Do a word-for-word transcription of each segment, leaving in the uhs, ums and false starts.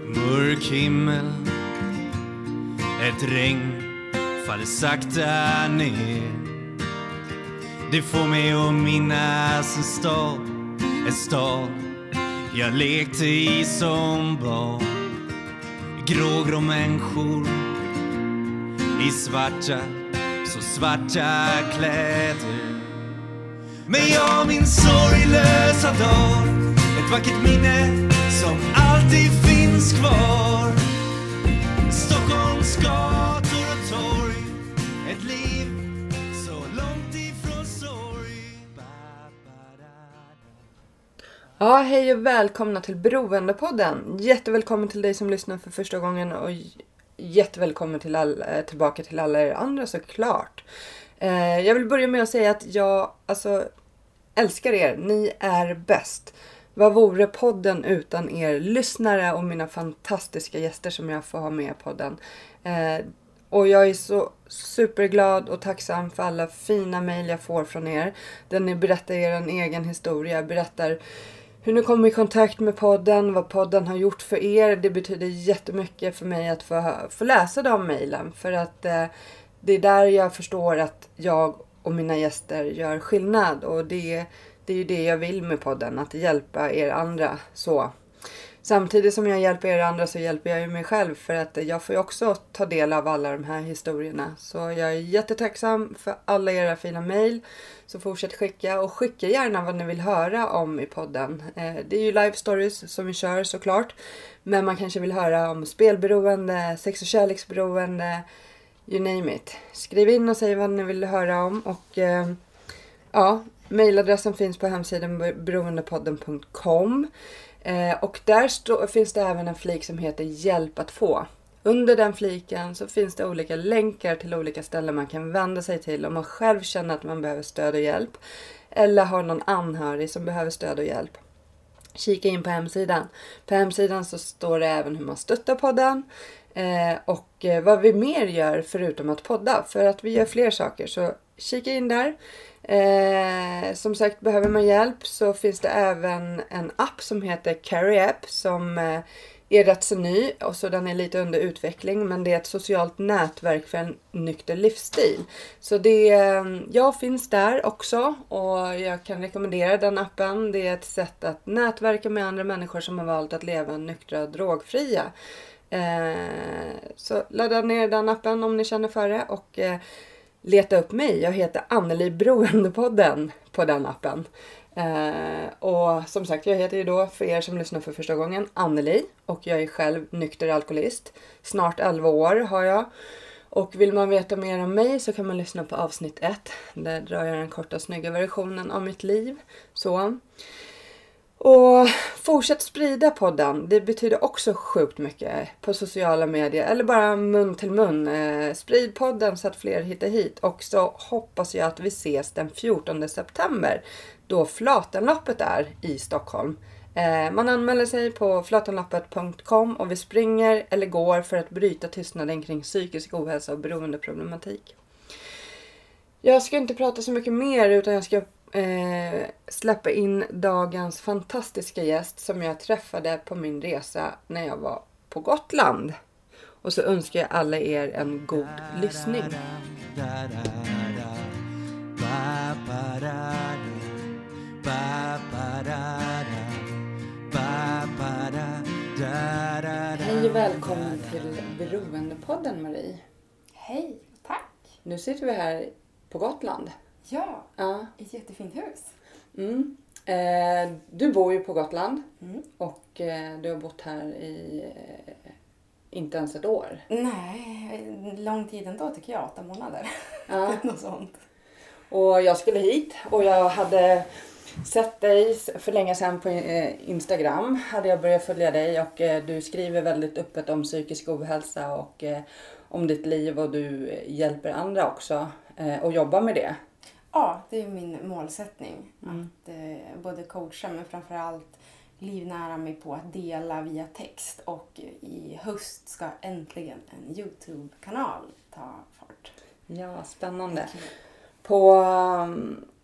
Mörk himmel, ett regn faller sakta ner. Det får mig att minnas en stad, en stad jag lekte i som barn. Grågrå människor i svarta, så svarta kläder. Men jag min sorglösa dag, ett vackert minne som alltid finns kvar. Stockholms gator och torg, ett liv så långt ifrån sorg. Ja, hej och välkomna till Beroendepodden. Jättevälkommen till dig som lyssnar för första gången och jättevälkommen till all, tillbaka till alla er andra såklart. Eh, jag vill börja med att säga att jag alltså, älskar er. Ni är bäst. Vad vore podden utan er lyssnare och mina fantastiska gäster som jag får ha med i podden. Eh, och jag är så superglad och tacksam för alla fina mejl jag får från er. Där ni berättar er egen historia, berättar hur ni kommer i kontakt med podden, vad podden har gjort för er. Det betyder jättemycket för mig att få, få läsa de mejlen. För att eh, det är där jag förstår att jag och mina gäster gör skillnad. Och det, det är ju det jag vill med podden, att hjälpa er andra så. Samtidigt som jag hjälper er andra så hjälper jag ju mig själv. För att jag får ju också ta del av alla de här historierna. Så jag är jättetacksam för alla era fina mejl. Så fortsätt skicka och skicka gärna vad ni vill höra om i podden. Det är ju live stories som vi kör såklart. Men man kanske vill höra om spelberoende, sex- och kärleksberoende, you name it. Skriv in och säg vad ni vill höra om. Och ja, mejladressen finns på hemsidan beroendepodden punkt com. Och där stå, finns det även en flik som heter hjälp att få. Under den fliken så finns det olika länkar till olika ställen man kan vända sig till om man själv känner att man behöver stöd och hjälp. Eller har någon anhörig som behöver stöd och hjälp. Kika in på hemsidan. På hemsidan så står det även hur man stöttar podden. Eh, och vad vi mer gör förutom att podda. För att vi gör fler saker. Så kika in där. Eh, som sagt, behöver man hjälp så finns det även en app som heter Carry App. Som eh, är rätt så ny och så den är lite under utveckling. Men det är ett socialt nätverk för en nykter livsstil. Så det, jag finns där också och jag kan rekommendera den appen. Det är ett sätt att nätverka med andra människor som har valt att leva nyktra och drogfria. Eh, så ladda ner den appen om ni känner för det och eh, leta upp mig. Jag heter Anneli Beroendepodden på den appen. Uh, och som sagt, jag heter ju då, för er som lyssnar för första gången, Anneli. Och jag är själv nykter alkoholist. Snart elva år har jag. Och vill man veta mer om mig så kan man lyssna på avsnitt ett. Där drar jag den korta snygga versionen av mitt liv. Så. Och fortsätt sprida podden. Det betyder också sjukt mycket på sociala medier. Eller bara mun till mun. Eh, sprid podden så att fler hittar hit. Och så hoppas jag att vi ses den fjortonde september. Då Flatenloppet är i Stockholm. Eh, man anmäler sig på flatenloppet punkt com och vi springer eller går för att bryta tystnaden kring psykisk ohälsa och beroendeproblematik. Jag ska inte prata så mycket mer utan jag ska eh, släppa in dagens fantastiska gäst som jag träffade på min resa när jag var på Gotland. Och så önskar jag alla er en god lyssning. Hej och välkommen till Beroendepodden, Marie. Hej, tack. Nu sitter vi här på Gotland. Ja, ja. i ett jättefint hus. Mm. Eh, du bor ju på Gotland mm. och eh, du har bott här i eh, inte ens ett år. Nej, lång tid ändå tycker jag, åtta månader. Ja. Något sånt. Och jag skulle hit och jag hade sett dig för länge sedan på Instagram. Hade jag börjat följa dig och du skriver väldigt öppet om psykisk ohälsa och om ditt liv och du hjälper andra också och jobbar med det. Ja, det är min målsättning. Mm. Att eh, både coacha men framförallt livnära mig på att dela via text. Och i höst ska äntligen en YouTube-kanal ta fart. Ja, spännande. På,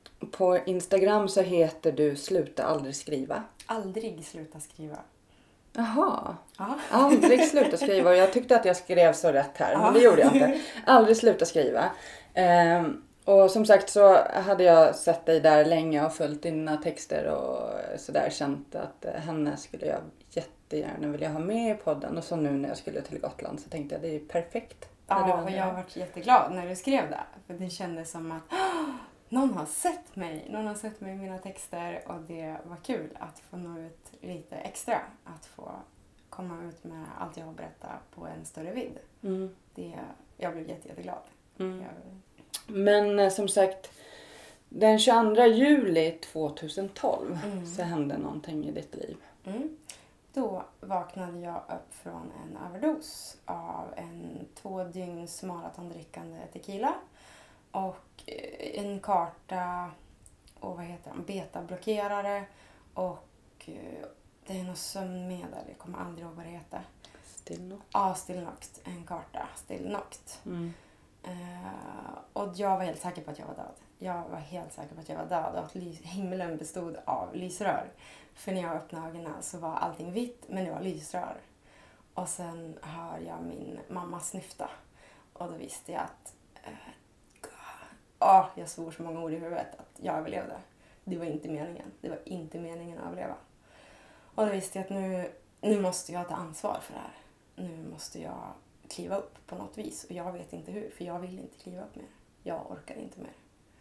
på Instagram så heter du Sluta aldrig skriva. Aldrig sluta skriva. Jaha. Ja. Aldrig sluta skriva. Och jag tyckte att jag skrev så rätt här. Men det gjorde jag inte. Aldrig sluta skriva. Ehm, och som sagt så hade jag sett dig där länge och följt dina texter och sådär. Känt att henne skulle jag jättegärna vilja ha med i podden. Och så nu när jag skulle till Gotland så tänkte jag det är perfekt. Ja, och jag har varit jätteglad när du skrev det. För det kändes som att någon har sett mig. Någon har sett mig i mina texter. Och det var kul att få nå ut lite extra. Att få komma ut med allt jag har berättat på en större vidd. Mm. Det, jag blev jätte, jätteglad. Mm. Jag, Men eh, som sagt, den tjugoandra juli tjugohundratolv Mm. så hände någonting i ditt liv. mm. Då vaknade jag upp från en överdos av en två dygns maratondrickande tequila. Och eh, en karta och vad heter de? Betablockerare. Och eh, det är något sömnmedel. Jag kommer aldrig ihåg vad det heter. Stilnoct. Ja, Stilnoct. En karta. Stilnoct. Mm. Eh, och jag var helt säker på att jag var död. Jag var helt säker på att jag var död och att lys- himlen bestod av lysrör. För när jag öppnade ögonen så var allting vitt men det var lysrör. Och sen hör jag min mamma snyfta. Och då visste jag att eh, åh, jag svor så många ord i huvudet att jag överlevde. Det var inte meningen. Det var inte meningen att överleva. Och då visste jag att nu, nu måste jag ta ansvar för det här. Nu måste jag kliva upp på något vis. Och jag vet inte hur, för jag vill inte kliva upp mer. Jag orkar inte mer.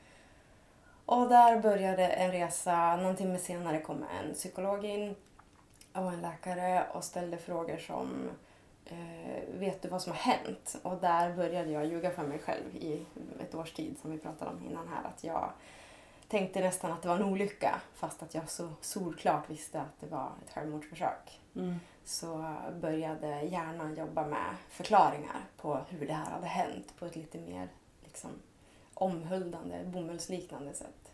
Och där började en resa. Någon timme senare kom en psykolog in och en läkare och ställde frågor som eh, vet du vad som har hänt? Och där började jag ljuga för mig själv i ett års tid som vi pratade om innan här. Att jag tänkte nästan att det var en olycka fast att jag så solklart visste att det var ett självmordsförsök. Mm. Så började hjärnan jobba med förklaringar på hur det här hade hänt på ett lite mer liksom, omhuldande, bomullsliknande sätt.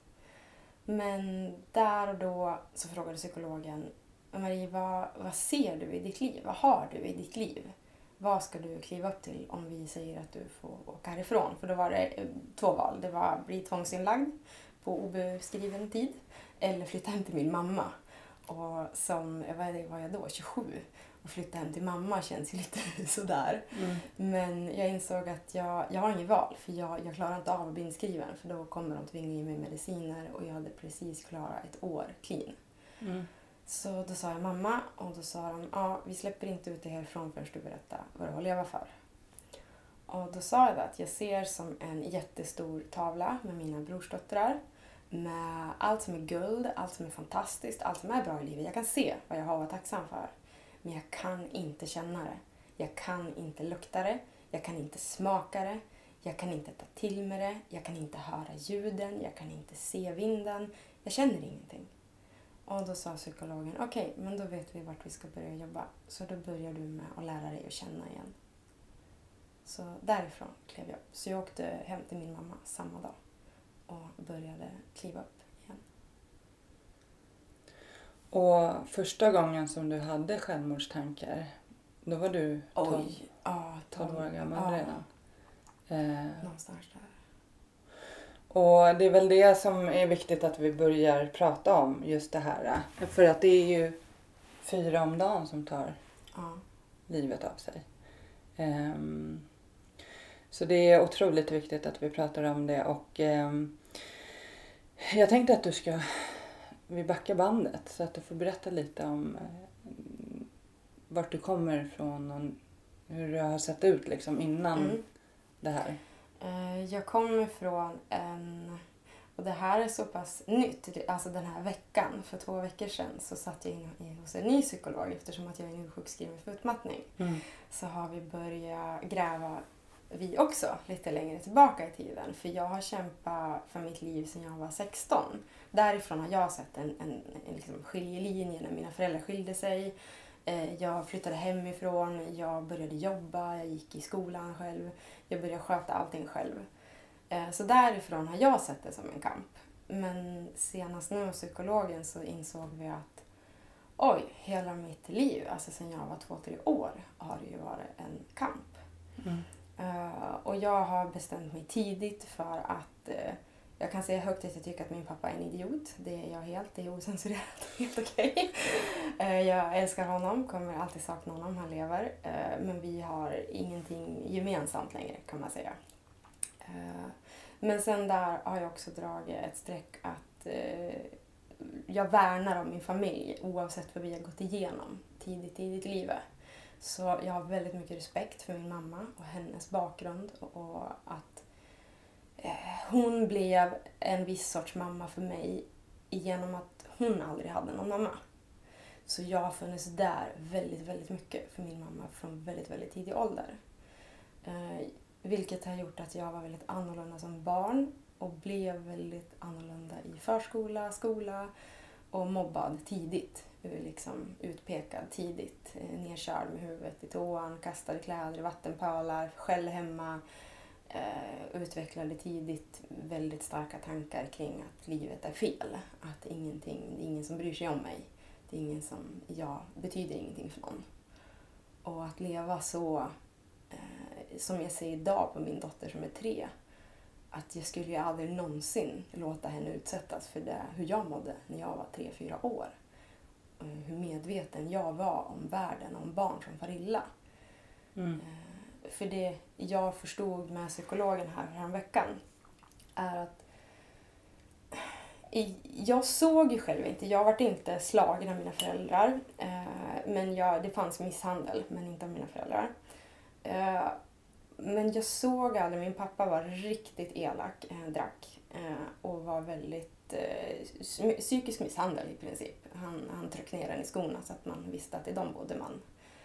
Men där och då så frågade psykologen, Marie, vad, vad ser du i ditt liv? Vad har du i ditt liv? Vad ska du kliva upp till om vi säger att du får åka härifrån? För då var det två val. Det var bli tvångsinlagd på obeskriven tid eller flytta hem till min mamma. Och som, vad var jag då, tjugosju. Och flytta hem till mamma känns ju lite sådär. Mm. Men jag insåg att jag, jag har inget val. För jag, jag klarar inte av att bli inskriven. För då kommer de tvinga i mig mediciner. Och jag hade precis klarat ett år clean. Mm. Så då sa jag mamma. Och då sa de, ja vi släpper inte ut dig härifrån förrän du berättar vad du har att leva för. Och då sa jag att jag ser som en jättestor tavla med mina brorsdottrar. Med allt som är guld, allt som är fantastiskt, allt som är bra i livet. Jag kan se vad jag har att vara tacksam för. Men jag kan inte känna det. Jag kan inte lukta det. Jag kan inte smaka det. Jag kan inte ta till mig det. Jag kan inte höra ljuden. Jag kan inte se vinden. Jag känner ingenting. Och då sa psykologen, okej, okay, men då vet vi vart vi ska börja jobba. Så då börjar du med att lära dig att känna igen. Så därifrån klev jag upp. Så jag åkte hem till min mamma samma dag. Och började kliva upp igen. Och första gången som du hade självmordstankar, då var du tolv, Oj, ja, tolv år gammal ja, redan. Eh, någonstans där. och det är väl det som är viktigt att vi börjar prata om, just det här. För att det är ju fyra om dagen som tar Ja. livet av sig. Um, så det är otroligt viktigt att vi pratar om det. Och um, jag tänkte att du ska, vi backar bandet så att du får berätta lite om uh, vart du kommer ifrån och hur du har sett ut liksom innan Mm. det här. Uh, jag kommer från en, och det här är så pass nytt, alltså den här veckan, för två veckor sedan så satt jag in hos en ny psykolog eftersom att jag är nu sjukskriven för utmattning. Mm. Så har vi börjat gräva vi också lite längre tillbaka i tiden. För jag har kämpat för mitt liv sedan jag var sexton. Därifrån har jag sett en, en, en liksom skiljelinje när mina föräldrar skilde sig. Eh, jag flyttade hemifrån, jag började jobba, jag gick i skolan själv. Jag började sköta allting själv. Eh, så därifrån har jag sett det som en kamp. Men senast nu hos psykologen så insåg vi att oj, hela mitt liv, alltså sedan jag var två, tre år, har det ju varit en kamp. Mm. Uh, och jag har bestämt mig tidigt för att uh, Jag kan säga högt att jag tycker att min pappa är en idiot. Det är jag helt. Det är osensurerat. Helt okej. Okay. Jag älskar honom. Kommer alltid sakna honom. Han lever. Men vi har ingenting gemensamt längre, kan man säga. Men sen där har jag också dragit ett streck att jag värnar om min familj oavsett vad vi har gått igenom tidigt, tidigt i livet. Så jag har väldigt mycket respekt för min mamma och hennes bakgrund och att hon blev en viss sorts mamma för mig genom att hon aldrig hade någon mamma. Så jag har funnits där väldigt, väldigt mycket för min mamma från väldigt, väldigt tidig ålder. Eh, vilket har gjort att jag var väldigt annorlunda som barn och blev väldigt annorlunda i förskola, skola och mobbad tidigt. Liksom utpekad tidigt, nedkörd med huvudet i toan, kastade kläder i vattenpölar, själv hemma. Uh, utvecklade tidigt väldigt starka tankar kring att livet är fel. Att ingenting, det är ingen som bryr sig om mig. Det är ingen som, jag betyder ingenting för någon. Och att leva så, uh, som jag ser idag på min dotter som är tre. Att jag skulle ju aldrig någonsin låta henne utsättas för det, hur jag mådde när jag var tre, fyra år. Uh, hur medveten jag var om världen, om barn som far illa. Mm. Uh, För det jag förstod med psykologen här en veckan är att jag såg ju själv inte, jag var inte slagen av mina föräldrar, men jag, det fanns misshandel, men inte av mina föräldrar. Men jag såg aldrig, min pappa var riktigt elak, drack och var väldigt psykisk misshandel i princip. Han, han tryckte ner den i skorna så att man visste att i dem bodde man.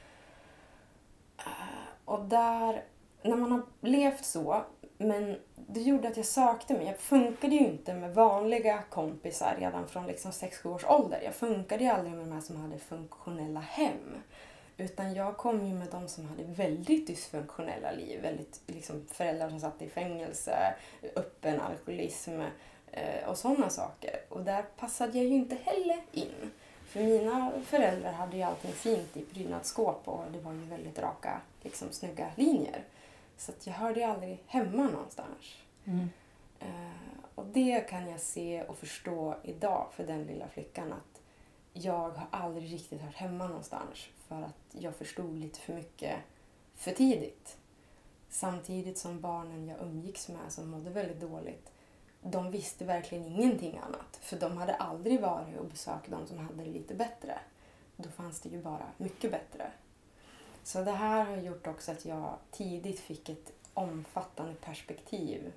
Och där, när man har levt så, men det gjorde att jag sökte mig. Jag funkade ju inte med vanliga kompisar redan från liksom sex sju års ålder. Jag funkade ju aldrig med de här som hade funktionella hem. Utan jag kom ju med de som hade väldigt dysfunktionella liv. Väldigt, liksom, föräldrar som satt i fängelse, öppen alkoholism eh, och sådana saker. Och där passade jag ju inte heller in. För mina föräldrar hade ju allting fint i prydnadsskåp och det var ju väldigt raka, liksom snygga linjer. Så att jag hörde ju aldrig hemma någonstans. Mm. Uh, och det kan jag se och förstå idag för den lilla flickan att jag har aldrig riktigt hört hemma någonstans för att jag förstod lite för mycket för tidigt. Samtidigt som barnen jag umgicks med som mådde väldigt dåligt, de visste verkligen ingenting annat. För de hade aldrig varit och besökt de som hade det lite bättre. Då fanns det ju bara mycket bättre. Så det här har gjort också att jag tidigt fick ett omfattande perspektiv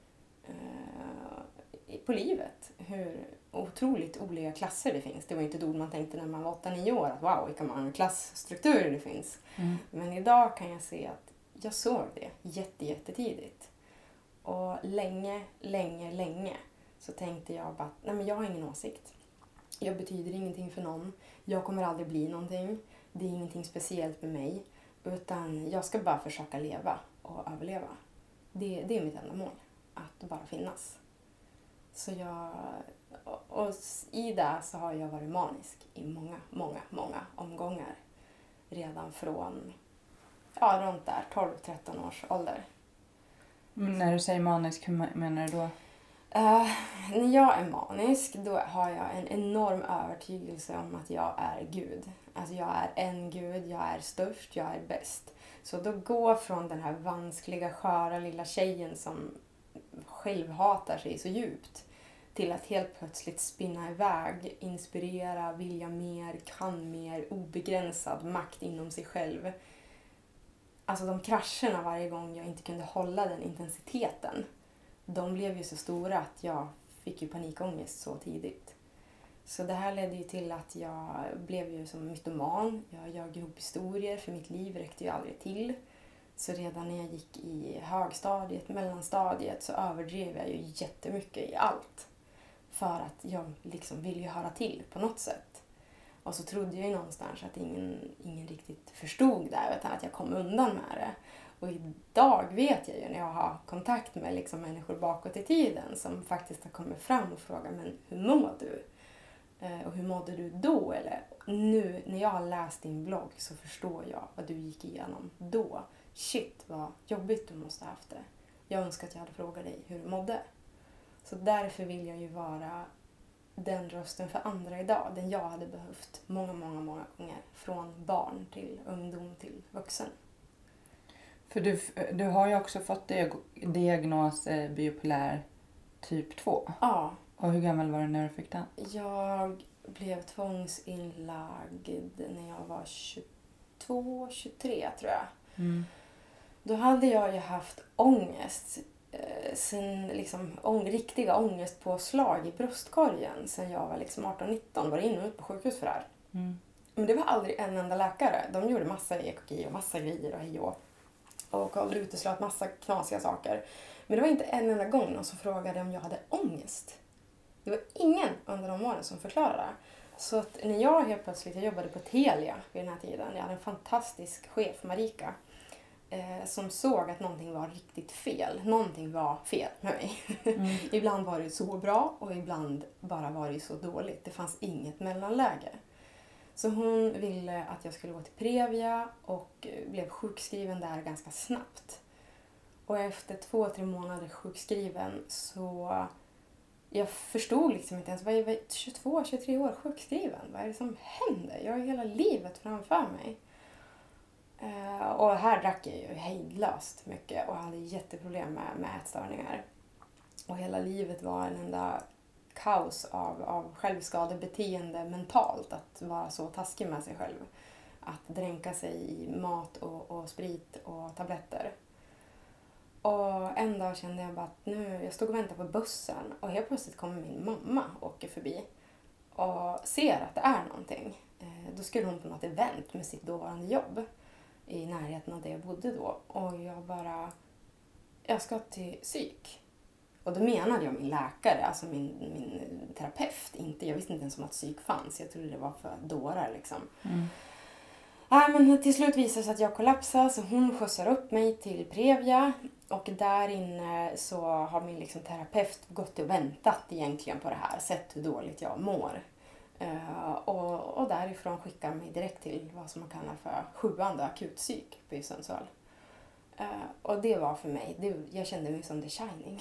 eh, på livet. Hur otroligt olika klasser det finns. Det var inte ett ord man tänkte när man var åtta nio år. Att wow, vilka många klassstrukturer det finns. Mm. Men idag kan jag se att jag såg det jätte, jättetidigt. Och länge, länge, länge så tänkte jag bara att nej men jag har ingen åsikt. Jag betyder ingenting för någon. Jag kommer aldrig bli någonting. Det är ingenting speciellt med mig. Utan jag ska bara försöka leva och överleva. Det, det är mitt enda mål. Att bara finnas. Så jag... Och, och i det så har jag varit manisk i många, många, många omgångar. Redan från, ja runt där, tolv tretton års ålder. Men när du säger manisk, hur menar du då? Uh, när jag är manisk, då har jag en enorm övertygelse om att jag är Gud. Alltså jag är en Gud, jag är störst, jag är bäst. Så då gå från den här vanskliga, sköra lilla tjejen som själv hatar sig så djupt till att helt plötsligt spinna iväg, inspirera, vilja mer, kan mer, obegränsad makt inom sig själv. Alltså de krascherna varje gång jag inte kunde hålla den intensiteten, de blev ju så stora att jag fick ju panikångest så tidigt. Så det här ledde ju till att jag blev ju som mytoman. Jag ljög ihop historier för mitt liv räckte ju aldrig till. Så redan när jag gick i högstadiet, mellanstadiet så överdrev jag ju jättemycket i allt. För att jag liksom ville ju höra till på något sätt. Och så trodde jag ju någonstans att ingen, ingen riktigt förstod det utan att jag kom undan med det. Och idag vet jag ju när jag har kontakt med liksom människor bakåt i tiden som faktiskt har kommit fram och frågat men hur mår du? Och hur mådde du då? Eller nu när jag har läst din blogg så förstår jag vad du gick igenom då. Shit vad jobbigt du måste ha haft det. Jag önskar att jag hade frågat dig hur du mådde. Så därför vill jag ju vara den rösten för andra idag. Den jag hade behövt många, många, många gånger. Från barn till ungdom till vuxen. För du, du har ju också fått diagnos eh, bipolär typ två. Ja. Och hur gammal var du när du fick den? Jag blev tvångsinlagd när jag var tjugotvå, tjugotre tror jag. Mm. Då hade jag ju haft ångest. Eh, sen liksom ång, riktiga ångestpåslag i bröstkorgen sen jag var liksom arton nitton. Var inne och ut på sjukhus för det här. Mm. Men det var aldrig en enda läkare. De gjorde massa E K G och massa grejer och hej och. Och aldrig uteslöt massa knasiga saker. Men det var inte en enda gång någon som frågade om jag hade ångest. Det var ingen under de åren som förklarade det. Så att när jag helt plötsligt, jag jobbade på Telia vid den här tiden. Jag hade en fantastisk chef, Marika. Eh, som såg att någonting var riktigt fel. Någonting var fel med mig. Mm. Ibland var det så bra och ibland bara var det så dåligt. Det fanns inget mellanläge. Så hon ville att jag skulle gå till Previa och blev sjukskriven där ganska snabbt. Och efter två, tre månader sjukskriven så jag förstod liksom inte ens, vad är tjugotvå, tjugotre år sjukskriven? Vad är det som händer? Jag har hela livet framför mig. Uh, och här drack jag ju hejdlöst mycket och hade jätteproblem med, med ätstörningar. Och hela livet var en enda kaos av, av självskadebeteende mentalt. Att vara så taskig med sig själv. Att dränka sig i mat och, och sprit och tabletter. Och en dag kände jag bara att nu, jag stod och väntade på bussen och helt plötsligt kommer min mamma och åker förbi och ser att det är någonting. Eh, då skulle hon på något event med sitt dåvarande jobb i närheten av där jag bodde då. Och jag bara, jag ska till psyk. Och då menade jag min läkare, alltså min, min terapeut. Inte, jag visste inte ens om att psyk fanns. Jag trodde det var för dårar liksom. Mm. Nej, men till slut visade det sig att jag kollapsade. Så hon skjutsar upp mig till Previa. Och där inne så har min liksom terapeut gått och väntat egentligen på det här. Sett hur dåligt jag mår. Uh, och, och därifrån skickar mig direkt till vad som man kallar för sjuande akutpsyk på Sundsvall. Uh, och det var för mig, det, jag kände mig som The Shining.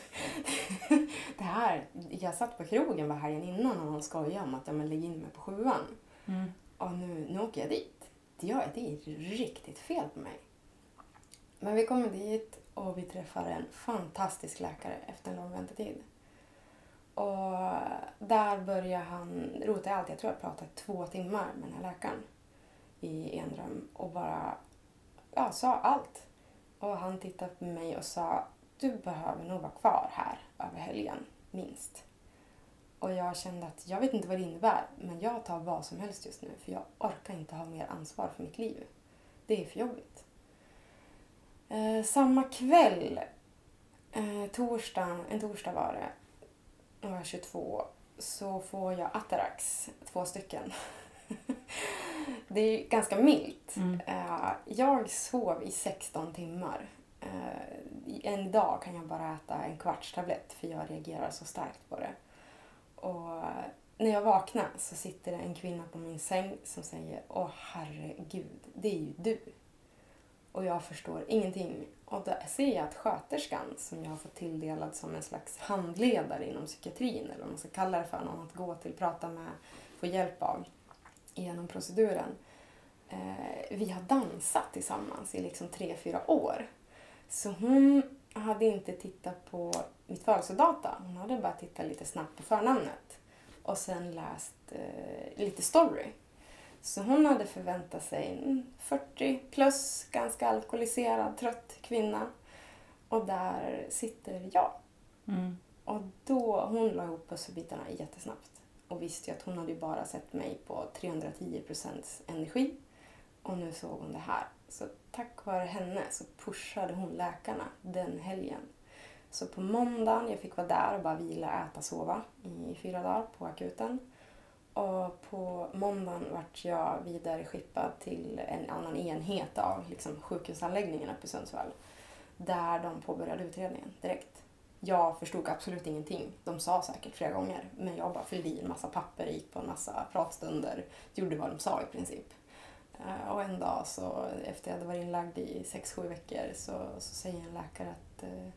det här, jag satt på krogen var helgen innan och någon skojade om att jag lägger in mig på sjuan. Mm. Och nu, nu åker jag dit. Det gör det är riktigt fel på mig. Men vi kommer dit och vi träffar en fantastisk läkare efter en lång väntetid. Och där börjar han rota allt. Jag tror jag pratade två timmar med den här läkaren i en rum och bara ja, sa allt. Och han tittade på mig och sa, du behöver nog vara kvar här över helgen, minst. Och jag kände att jag vet inte vad det innebär, men jag tar vad som helst just nu. För jag orkar inte ha mer ansvar för mitt liv. Det är för jobbigt. Eh, samma kväll, eh, torsdagen, en torsdag var det, jag var tjugotvå, så får jag Atarax, två stycken. Det är ganska milt. Mm. Uh, jag sov i sexton timmar. Uh, en dag kan jag bara äta en kvarts tablett för jag reagerar så starkt på det. Och uh, när jag vaknar så sitter det en kvinna på min säng som säger, åh herregud, det är ju du. Och jag förstår ingenting. Och då ser jag att sköterskan som jag har fått tilldelad som en slags handledare inom psykiatrin, eller vad man ska kalla det för, någon att gå till, prata med, få hjälp av genom proceduren. Eh, vi har dansat tillsammans i liksom tre, fyra år. Så hon hade inte tittat på mitt födelsedata. Hon hade bara tittat lite snabbt på förnamnet. Och sen läst eh, lite story. Så hon hade förväntat sig en fyrtio plus, ganska alkoholiserad, trött kvinna. Och där sitter jag. Mm. Och då, hon la ihop pusselbitarna jättesnabbt. Och visste ju att hon hade bara sett mig på trehundratio procent energi. Och nu såg hon det här. Så tack vare henne så pushade hon läkarna den helgen. Så på måndagen, jag fick vara där och bara vila, äta, sova i fyra dagar på akuten. Och på måndagen vart jag vidare skippad till en annan enhet av liksom, sjukhusanläggningen uppe i Sundsvall. Där de påbörjade utredningen direkt. Jag förstod absolut ingenting. De sa säkert flera gånger. Men jag bara fyllde i en massa papper, gick på en massa pratstunder. Gjorde vad de sa i princip. Och en dag så, efter jag hade varit inlagd i sex sju veckor så, så säger en läkare att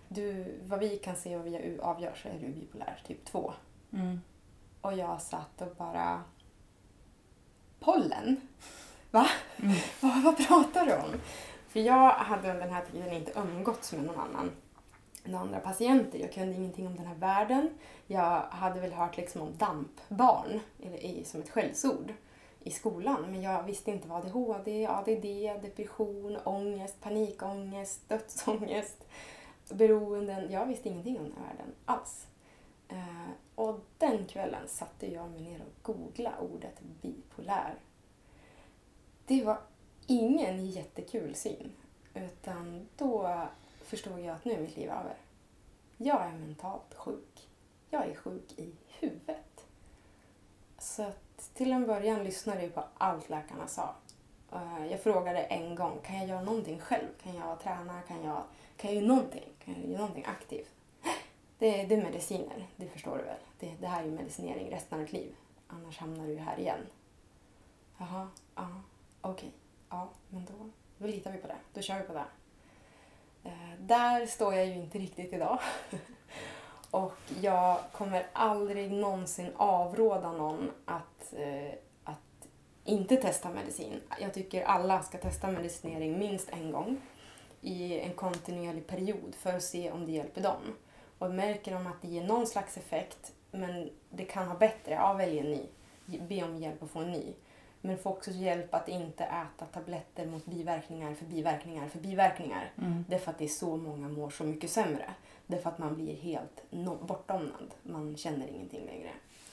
du, vad vi kan se och vi avgör så är du bipolär typ två. Mm. Och jag satt och bara... Pollen? Va? Mm. vad, vad pratar du om? För jag hade under den här tiden inte umgåtts med någon annan än andra patienter. Jag kunde ingenting om den här världen. Jag hade väl hört liksom om dampbarn, eller i, som ett skällsord i skolan. Men jag visste inte vad A D H D, A D D, depression, ångest, panikångest, dödsångest, beroenden. Jag visste ingenting om den här världen alls. Uh, och den kvällen satte jag mig ner och googlade ordet bipolär. Det var ingen jättekul syn. Utan då förstod jag att nu är mitt liv över. Jag är mentalt sjuk. Jag är sjuk i huvudet. Så att till en början lyssnade jag på allt läkarna sa. Uh, jag frågade en gång, kan jag göra någonting själv? Kan jag träna? Kan jag, kan jag göra någonting? Kan jag göra någonting aktivt? Det, det är mediciner, det förstår du väl. Det, det här är ju medicinering resten av ditt liv. Annars hamnar du här igen. Jaha, ja, okej. Okay. Ja, men då, då litar vi på det. Då kör vi på det. Eh, där står jag ju inte riktigt idag. Och jag kommer aldrig någonsin avråda någon att, eh, att inte testa medicin. Jag tycker alla ska testa medicinering minst en gång i en kontinuerlig period för att se om det hjälper dem. Och märker de att det ger någon slags effekt, men det kan ha bättre, ja, välj en ny. Be om hjälp att få en ny. Men få också hjälp att inte äta tabletter mot biverkningar för biverkningar för biverkningar. Mm. Det är för att det är så många mår så mycket sämre. Det är för att man blir helt no- bortdomnad. Man känner ingenting längre.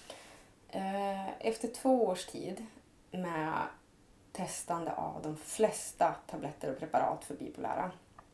Efter två års tid med testande av de flesta tabletter och preparat för bipolära,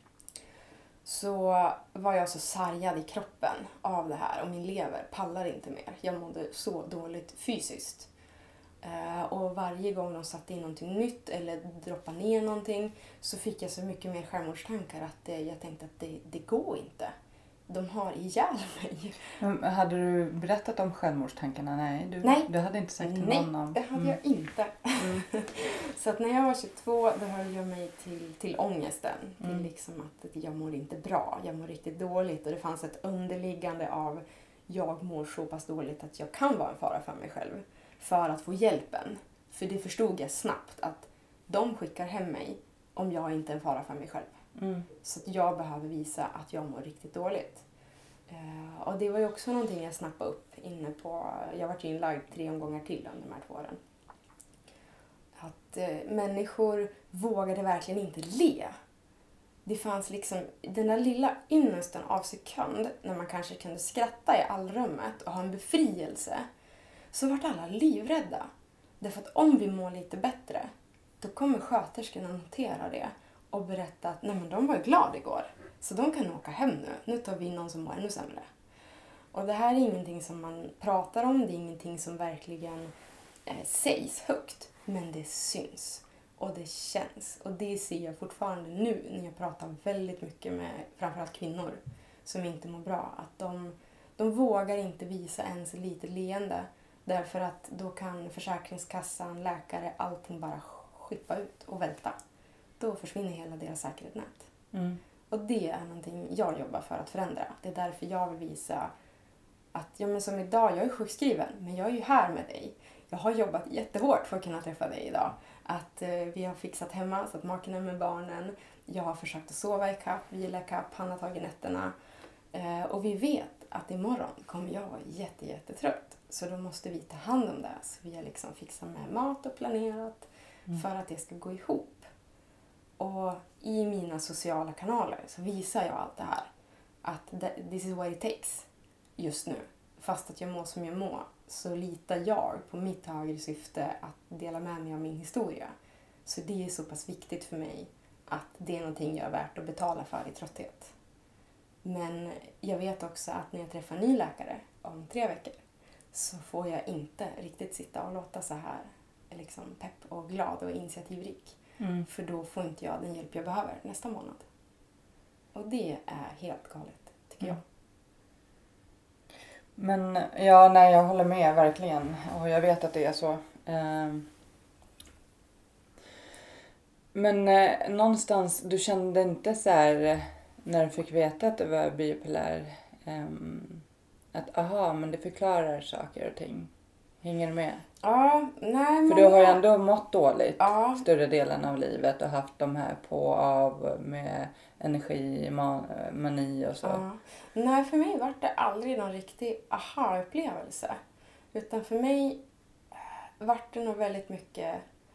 så var jag så sargad i kroppen av det här och min lever pallar inte mer. Jag mådde så dåligt fysiskt. Uh, och varje gång de satte in någonting nytt eller droppade ner någonting så fick jag så mycket mer självmordstankar att det, jag tänkte att det, det går inte. De har ihjäl mig. Men hade du berättat om självmordstankarna? Nej, du, Nej. du hade inte sagt till Nej, någon om... det hade mm. jag inte. Mm. Så att när jag var tjugotvå då höll jag mig till, till ångesten. Mm. Till liksom att jag mår inte bra. Jag mår riktigt dåligt. Och det fanns ett underliggande av jag mår så pass dåligt att jag kan vara en fara för mig själv. För att få hjälpen. För det förstod jag snabbt att de skickar hem mig om jag inte är en fara för mig själv. Mm. Så att jag behöver visa att jag mår riktigt dåligt. Uh, och det var ju också någonting jag snappade upp inne på. Jag var inlagd tre omgångar till under de här två åren. Att uh, människor vågade verkligen inte le. Det fanns liksom den där lilla ynnesten av sekund när man kanske kunde skratta i allrummet och ha en befrielse. Så vart alla livrädda. Därför att om vi mår lite bättre, då kommer sköterskorna notera det och berätta att nej men de var ju glada igår. Så de kan åka hem nu. Nu tar vi någon som mår ännu sämre. Och det här är ingenting som man pratar om. Det är ingenting som verkligen eh, sägs högt. Men det syns. Och det känns. Och det ser jag fortfarande nu när jag pratar väldigt mycket med framförallt kvinnor som inte mår bra. Att de, de vågar inte visa ens lite leende. Därför att då kan försäkringskassan, läkare, allting bara skippa ut och välta. Då försvinner hela deras säkerhetsnät. Mm. Och det är någonting jag jobbar för att förändra. Det är därför jag vill visa att, ja men som idag, jag är sjukskriven, men jag är ju här med dig. Jag har jobbat jättehårt för att kunna träffa dig idag. Att eh, vi har fixat hemma så att maken är med barnen. Jag har försökt att sova i kapp, vila i kapp, han har tagit nätterna. Eh, och vi vet att imorgon kommer jag vara jätte, jättetrött. Så då måste vi ta hand om det. Så vi har liksom fixat med mat och planerat mm. för att det ska gå ihop. Och i mina sociala kanaler så visar jag allt det här. Att this is what it takes just nu. Fast att jag mår som jag mår så litar jag på mitt högre syfte att dela med mig av min historia. Så det är så pass viktigt för mig att det är någonting jag är värt att betala för i trötthet. Men jag vet också att när jag träffar en ny läkare om tre veckor så får jag inte riktigt sitta och låta så här liksom pepp och glad och initiativrik. Mm. För då får inte jag den hjälp jag behöver nästa månad. Och det är helt galet, tycker mm. jag. Men ja, nej, jag håller med verkligen. Och jag vet att det är så. Men någonstans, du kände inte så här när du fick veta att det var bipolär, um, att aha, men det förklarar saker och ting. Hänger du med? Ja, nej. För du har ju ändå mått dåligt ja. större delen av livet och haft de här på och av med energi, man, mani och så. Ja. Nej, för mig var det aldrig någon riktig aha-upplevelse. Utan för mig var det nog väldigt mycket,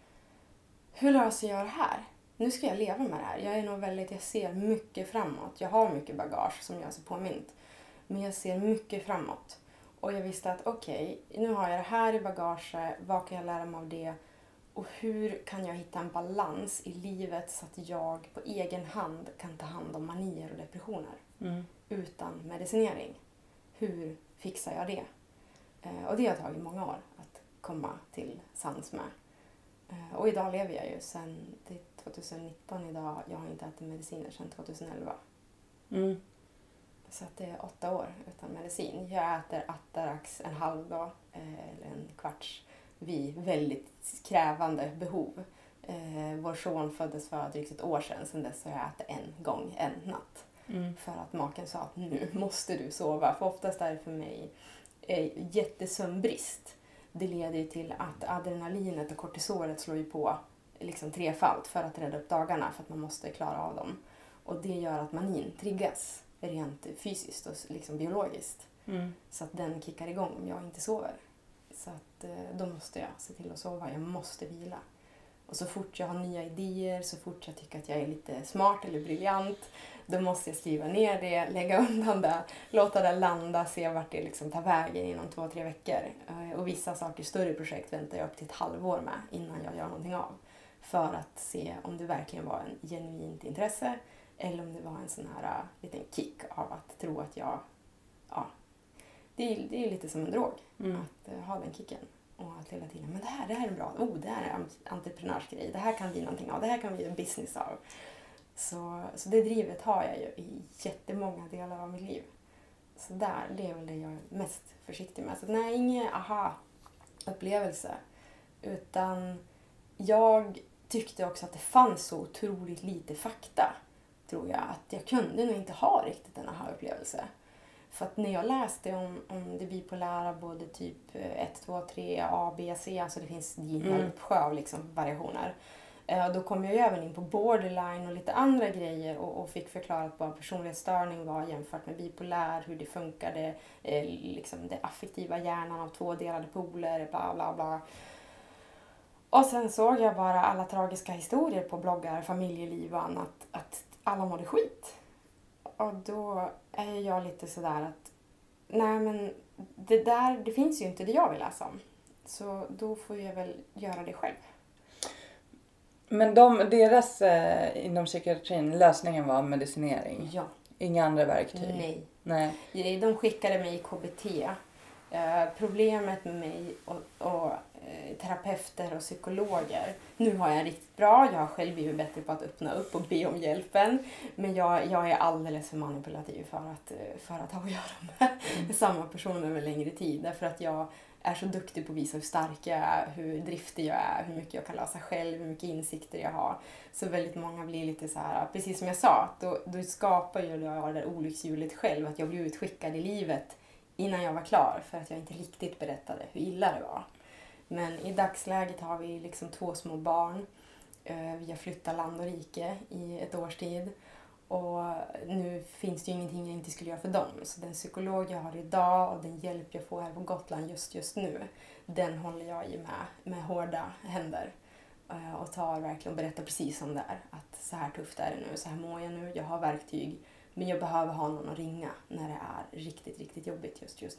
hur löser jag det här? Nu ska jag leva med det här. Jag är nog väldigt, jag ser mycket framåt. Jag har mycket bagage som jag ser påmint. Men jag ser mycket framåt. Och jag visste att okej, okay, nu har jag det här i bagaget. Vad kan jag lära mig av det? Och hur kan jag hitta en balans i livet så att jag på egen hand kan ta hand om manier och depressioner. Mm. Utan medicinering. Hur fixar jag det? Eh, och det har tagit många år att komma till sans med. Eh, och idag lever jag ju sedan tjugonitton idag. Jag har inte ätit mediciner sedan tjugoelva. Mm. Så att det är åtta år utan medicin. Jag äter Atarax en halv dag eller en kvarts vid väldigt krävande behov. Eh, vår son föddes för drygt ett år sedan. Sedan dess har jag ätit en gång en natt. Mm. För att maken sa att nu måste du sova. För oftast är det för mig eh, jättesömnbrist. Det leder ju till att adrenalinet och kortisolet slår ju på liksom trefalt för att rädda upp dagarna. För att man måste klara av dem. Och det gör att manin triggas rent fysiskt och liksom biologiskt. Mm. Så att den kickar igång om jag inte sover. Så att då måste jag se till att sova. Jag måste vila. Och så fort jag har nya idéer, så fort jag tycker att jag är lite smart eller briljant, då måste jag skriva ner det, lägga undan det, låta det landa, se vart det liksom tar vägen inom två, tre veckor. Och vissa saker, större projekt, väntar jag upp till ett halvår med innan jag gör någonting av. För att se om det verkligen var en genuint intresse eller om det var en sån här uh, liten kick av att tro att jag, ja, det är, det är lite som en drog mm. att uh, ha den kicken. Och att hela tiden, men det här, det här är bra, oh, det här är en entreprenörsgrej, det här kan vi någonting av, det här kan vi göra business av. Så, så det drivet har jag ju i jättemånga delar av mitt liv. Så där, det är väl det jag är mest försiktig med. Så nej, ingen aha-upplevelse. Utan jag tyckte också att det fanns så otroligt lite fakta, tror jag. Att jag kunde nog inte ha riktigt en aha-upplevelse. För att när jag läste om, om det bipolära, både typ ett, två, tre, A, B, C, alltså det finns en mm. uppsjö av liksom variationer. Eh, då kom jag ju även in på borderline och lite andra grejer och, och fick förklarat vad personlighetsstörning var jämfört med bipolär, hur det funkade, eh, liksom det affektiva hjärnan av två delade poler, bla bla bla. Och sen såg jag bara alla tragiska historier på bloggar, familjeliv och annat, att alla mådde skit. Och då är jag lite sådär att nej, men det där, det finns ju inte det jag vill läsa om. Så då får jag väl göra det själv. Men de, deras eh, inom psykiatrin, lösningen var medicinering? Ja. Inga andra verktyg? Nej. Nej. De skickade mig i K B T. Eh, problemet med mig och, och eh, terapeuter och psykologer. Nu har jag riktigt bra. Jag har själv blivit bättre på att öppna upp och be om hjälpen. Men jag, jag är alldeles för manipulativ för att, för att ha att göra med mm. samma person över längre tid. Därför att jag är så duktig på att visa hur stark jag är, hur driftig jag är, hur mycket jag kan lösa själv, hur mycket insikter jag har. Så väldigt många blir lite så här, precis som jag sa, då, då skapar ju jag det där olyckshjulet själv. Att jag blir utskickad i livet innan jag var klar för att jag inte riktigt berättade hur illa det var. Men i dagsläget har vi liksom två små barn. Vi har flyttat land och rike i ett års tid. Och nu finns det ju ingenting jag inte skulle göra för dem. Så den psykolog jag har idag och den hjälp jag får här på Gotland just just nu, den håller jag ju med med hårda händer. Och tar verkligen och berättar precis som det är. Att så här tufft är det nu, så här mår jag nu, jag har verktyg. Men jag behöver ha någon att ringa när det är riktigt, riktigt jobbigt just just nu.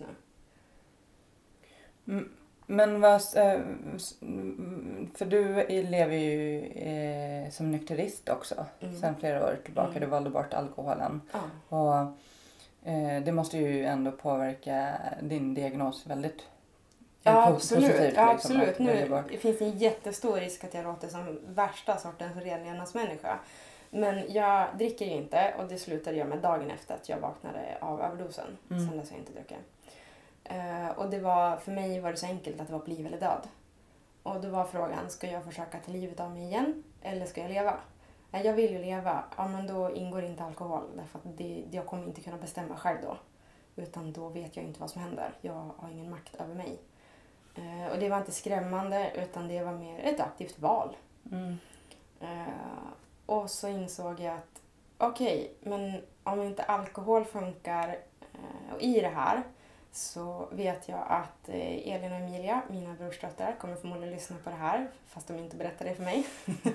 Men vad, för du lever ju eh, som nykterist också mm. sedan flera år tillbaka. Mm. Du valde bort alkoholen. Ja. Och eh, det måste ju ändå påverka din diagnos väldigt ja, absolut. positivt. Ja, liksom, absolut. Nu det finns en jättestor risk att jag låter som värsta sortens renlevnadsmänniska. Men jag dricker ju inte och det slutade jag med dagen efter att jag vaknade av överdosen. Mm. Sen dess har jag inte druckit. Uh, och det var, för mig var det så enkelt att det var på liv eller död. Och då var frågan, ska jag försöka ta livet av mig igen eller ska jag leva? Jag vill ju leva, ja men då ingår inte alkohol. Därför att det, jag kommer inte kunna bestämma själv då. Utan då vet jag inte vad som händer. Jag har ingen makt över mig. Eh, och det var inte skrämmande utan det var mer ett aktivt val. Mm. Eh, och så insåg jag att okej, okay, men om inte alkohol funkar eh, och i det här så vet jag att eh, Elin och Emilia, mina brorsdöttrar, kommer förmodligen lyssna på det här fast de inte berättar det för mig.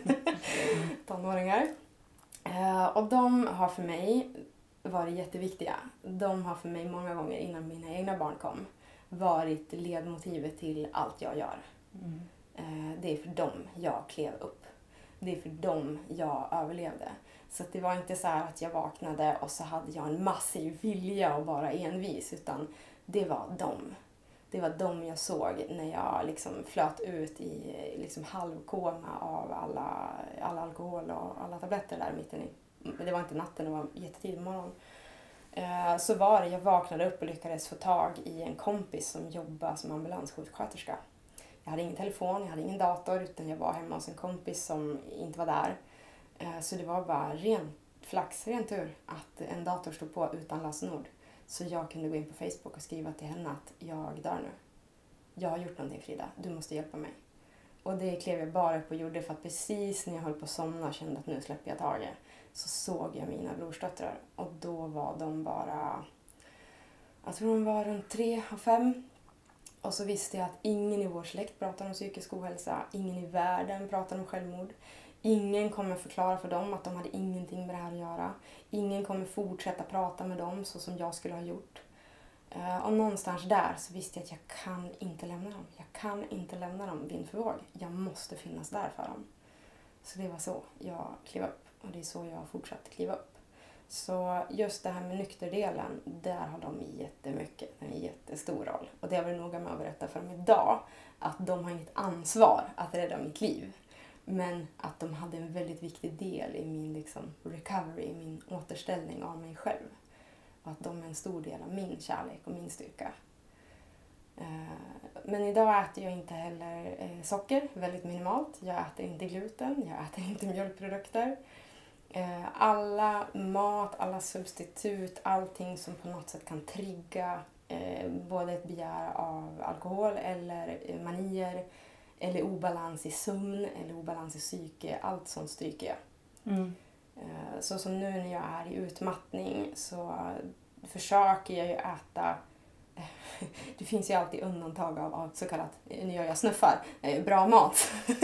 Tonåringar. Eh, och de har för mig varit jätteviktiga. De har för mig många gånger innan mina egna barn kom varit ledmotivet till allt jag gör. Mm. Eh, det är för dem jag klev upp. Det är för dem jag överlevde. Så att det var inte så här att jag vaknade och så hade jag en massiv vilja och bara envis. Utan det var dem. Det var dem jag såg när jag liksom flöt ut i liksom halvkoma av alla, alla alkohol och alla tabletter där mitten i. Det var inte natten, det var jättetidig morgon. Eh, så var det, jag vaknade upp och lyckades få tag i en kompis som jobbar som ambulanssjuksköterska. Jag hade ingen telefon, jag hade ingen dator utan jag var hemma hos en kompis som inte var där. Så det var bara ren flax, ren tur att en dator stod på utan lösenord. Så jag kunde gå in på Facebook och skriva till henne att jag dör nu. Jag har gjort någonting Frida, du måste hjälpa mig. Och det klev jag bara upp och gjorde för att precis när jag höll på att somna och kände att nu släpper jag taget. Så såg jag mina brorsdöttrar och då var de bara, jag tror de var runt tre och fem. Och så visste jag att ingen i vår släkt pratar om psykisk ohälsa. Ingen i världen pratar om självmord. Ingen kommer förklara för dem att de hade ingenting med det här att göra. Ingen kommer fortsätta prata med dem så som jag skulle ha gjort. Och någonstans där så visste jag att jag kan inte lämna dem. Jag kan inte lämna dem vind för våg. Jag måste finnas där för dem. Så det var så jag klev upp. Och det är så jag har fortsatt kliva upp. Så just det här med nykterdelen, där har de jättemycket, en jättestor roll. Och det har jag noga med att berätta för dem idag, att de har inget ansvar att rädda mitt liv. Men att de hade en väldigt viktig del i min liksom, recovery, min återställning av mig själv. Och att de är en stor del av min kärlek och min styrka. Men idag äter jag inte heller socker, väldigt minimalt. Jag äter inte gluten, jag äter inte mjölkprodukter. Alla mat, alla substitut, allting som på något sätt kan trigga eh, både ett begär av alkohol eller manier eller obalans i sömn eller obalans i psyke, allt sånt stryker jag. Mm. Eh, så som nu när jag är i utmattning så försöker jag ju äta, det finns ju alltid undantag av, av så kallat, nu gör jag snuffar, bra mat.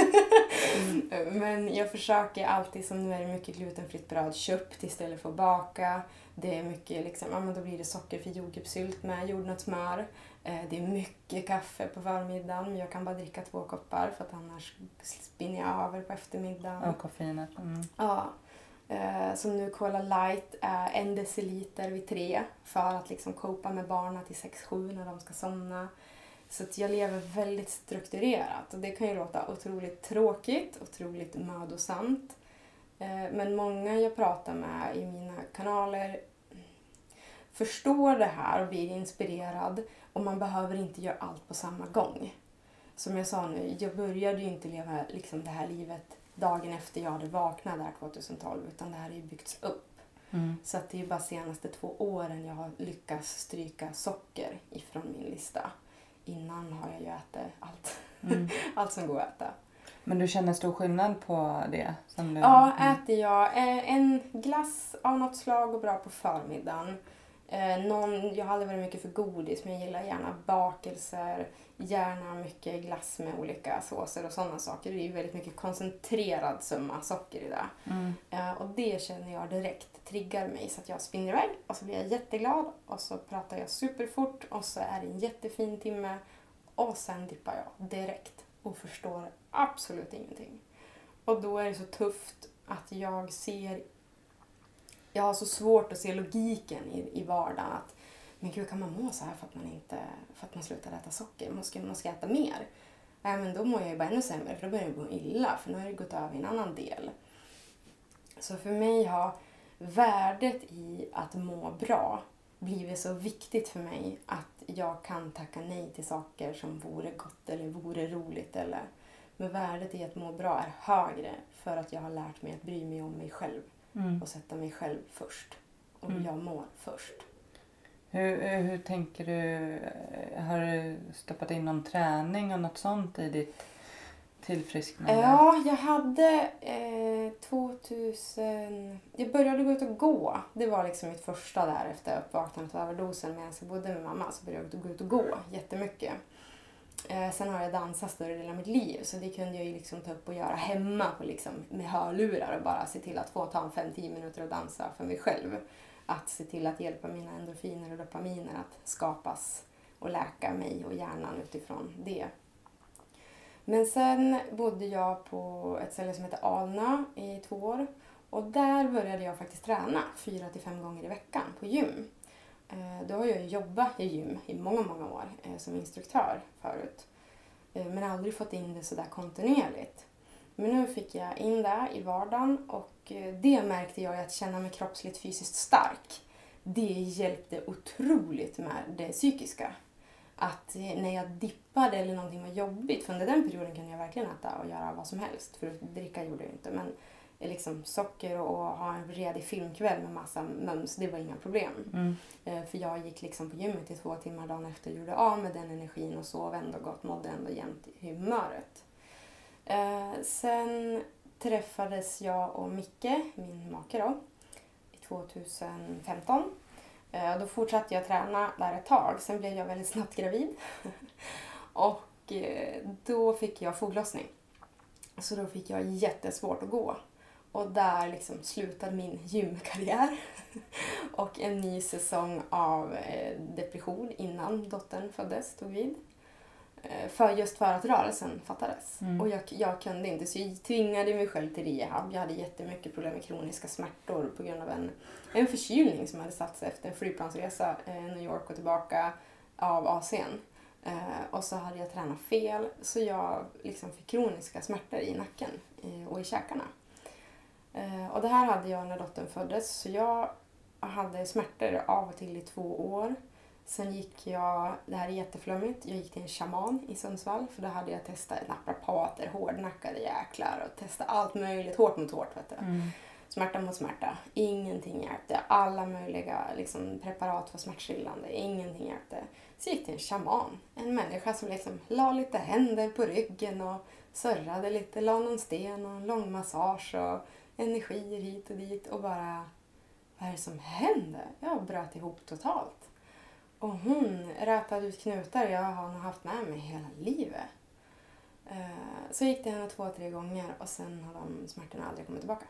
Mm. Men jag försöker alltid, som nu är det mycket glutenfritt bröd köpt istället för att baka. Det är mycket liksom, ja men då blir det socker för jordgubbssylt med jordnötssmör. Det är mycket kaffe på förmiddagen, men jag kan bara dricka två koppar för att annars spinner jag över på eftermiddagen. Och koffeinet. Mm. Ja. Som nu Cola Light är en deciliter vid tre för att liksom copa med barnen till sex sju när de ska somna. Så att jag lever väldigt strukturerat och det kan ju låta otroligt tråkigt, otroligt mödosamt. Men många jag pratar med i mina kanaler förstår det här och blir inspirerad och man behöver inte göra allt på samma gång. Som jag sa nu, jag började ju inte leva liksom det här livet dagen efter jag hade vaknat där tjugohundratolv utan det här är ju byggts upp. Mm. Så att det är ju bara senaste två åren jag har lyckats stryka socker ifrån min lista. Innan har jag ju ätit allt, mm. allt som går att äta. Men du känner stor skillnad på det? Som du... Ja, äter jag en glass av något slag och bra på förmiddagen. Eh, någon, jag har aldrig varit mycket för godis men jag gillar gärna bakelser, gärna mycket glass med olika såser och sådana saker. Det är ju väldigt mycket koncentrerad summa socker i det. Mm. Eh, och det känner jag direkt triggar mig så att jag spinner iväg och så blir jag jätteglad och så pratar jag superfort och så är det en jättefin timme och sen dippar jag direkt och förstår absolut ingenting. Och då är det så tufft att jag ser, jag har så svårt att se logiken i, i vardagen att men gud, kan man må så här för att man inte, för att man slutar äta socker? Man ska, man ska äta mer. Äh, men då mår jag ju bara ännu sämre för då börjar jag gå illa för nu har det gått över i en annan del. Så för mig har värdet i att må bra blivit så viktigt för mig att jag kan tacka nej till saker som vore gott eller vore roligt eller Men värdet i att må bra är högre för att jag har lärt mig att bry mig om mig själv. Mm. Och sätta mig själv först. Och mm. jag mår först. Hur, hur tänker du? Har du stoppat in någon träning och något sånt i ditt tillfrisknande? Ja, jag hade eh, tvåtusen... Jag började gå ut och gå. Det var liksom mitt första där efter uppvaknandet av överdosen. Medan jag bodde med mamma så började jag gå ut och gå jättemycket. Eh, sen har jag dansat större delen av mitt liv. Så det kunde jag ju liksom ta upp och göra hemma på liksom, med hörlurar. Och bara se till att få ta en fem till tio minuter och dansa för mig själv. Att se till att hjälpa mina endorfiner och dopaminer att skapas och läka mig och hjärnan utifrån det. Men sen bodde jag på ett ställe som heter Alnö i två år. Och där började jag faktiskt träna fyra till fem gånger i veckan på gym. Då har jag jobbat i gym i många, många år som instruktör förut. Men aldrig fått in det så där kontinuerligt. Men nu fick jag in det i vardagen och det märkte jag att känna mig kroppsligt fysiskt stark. Det hjälpte otroligt med det psykiska. Att när jag dippade eller någonting var jobbigt, för under den perioden kunde jag verkligen äta och göra vad som helst. För att dricka gjorde jag inte, men liksom socker och ha en redig filmkväll med massa mums, det var inga problem. Mm. För jag gick liksom på gymmet i två timmar dagen efter, gjorde av med den energin och sov ändå gott, mådde ändå jämnt i humöret. Eh, sen träffades jag och Micke, min make då, i tjugohundrafemton. Eh, då fortsatte jag träna där ett tag. Sen blev jag väldigt snabbt gravid. och eh, då fick jag foglossning. Så då fick jag jättesvårt att gå. Och där liksom slutade min gymkarriär. och en ny säsong av eh, depression innan dottern föddes tog vid. För just för att rörelsen fattades. Mm. Och jag, jag kunde inte, så jag tvingade mig själv till rehab. Jag hade jättemycket problem med kroniska smärtor på grund av en, en förkylning som hade satt sig efter en flygplansresa i eh, New York och tillbaka av Asien. Eh, och så hade jag tränat fel, så jag liksom fick kroniska smärtor i nacken eh, och i käkarna. Eh, och det här hade jag när dottern föddes, så jag hade smärtor av och till i två år. Sen gick jag, det här är jätteflummigt, jag gick till en shaman i Sundsvall. För då hade jag testat naprapater, hårdnackade jäklar och testat allt möjligt, hårt mot hårt. Vet du. Mm. Smärta mot smärta, ingenting hjälpte. Alla möjliga liksom, preparat för smärtstillande, ingenting hjälpte. Så gick till en shaman, en människa som liksom la lite händer på ryggen och surrade lite, la någon sten och en lång massage och energier hit och dit. Och bara, vad är det som händer? Jag bröt ihop totalt. Och hon rätade ut knutar jag har nog haft med mig hela livet. Så gick det henne två, tre gånger och sen har de smärtorna aldrig kommit tillbaka.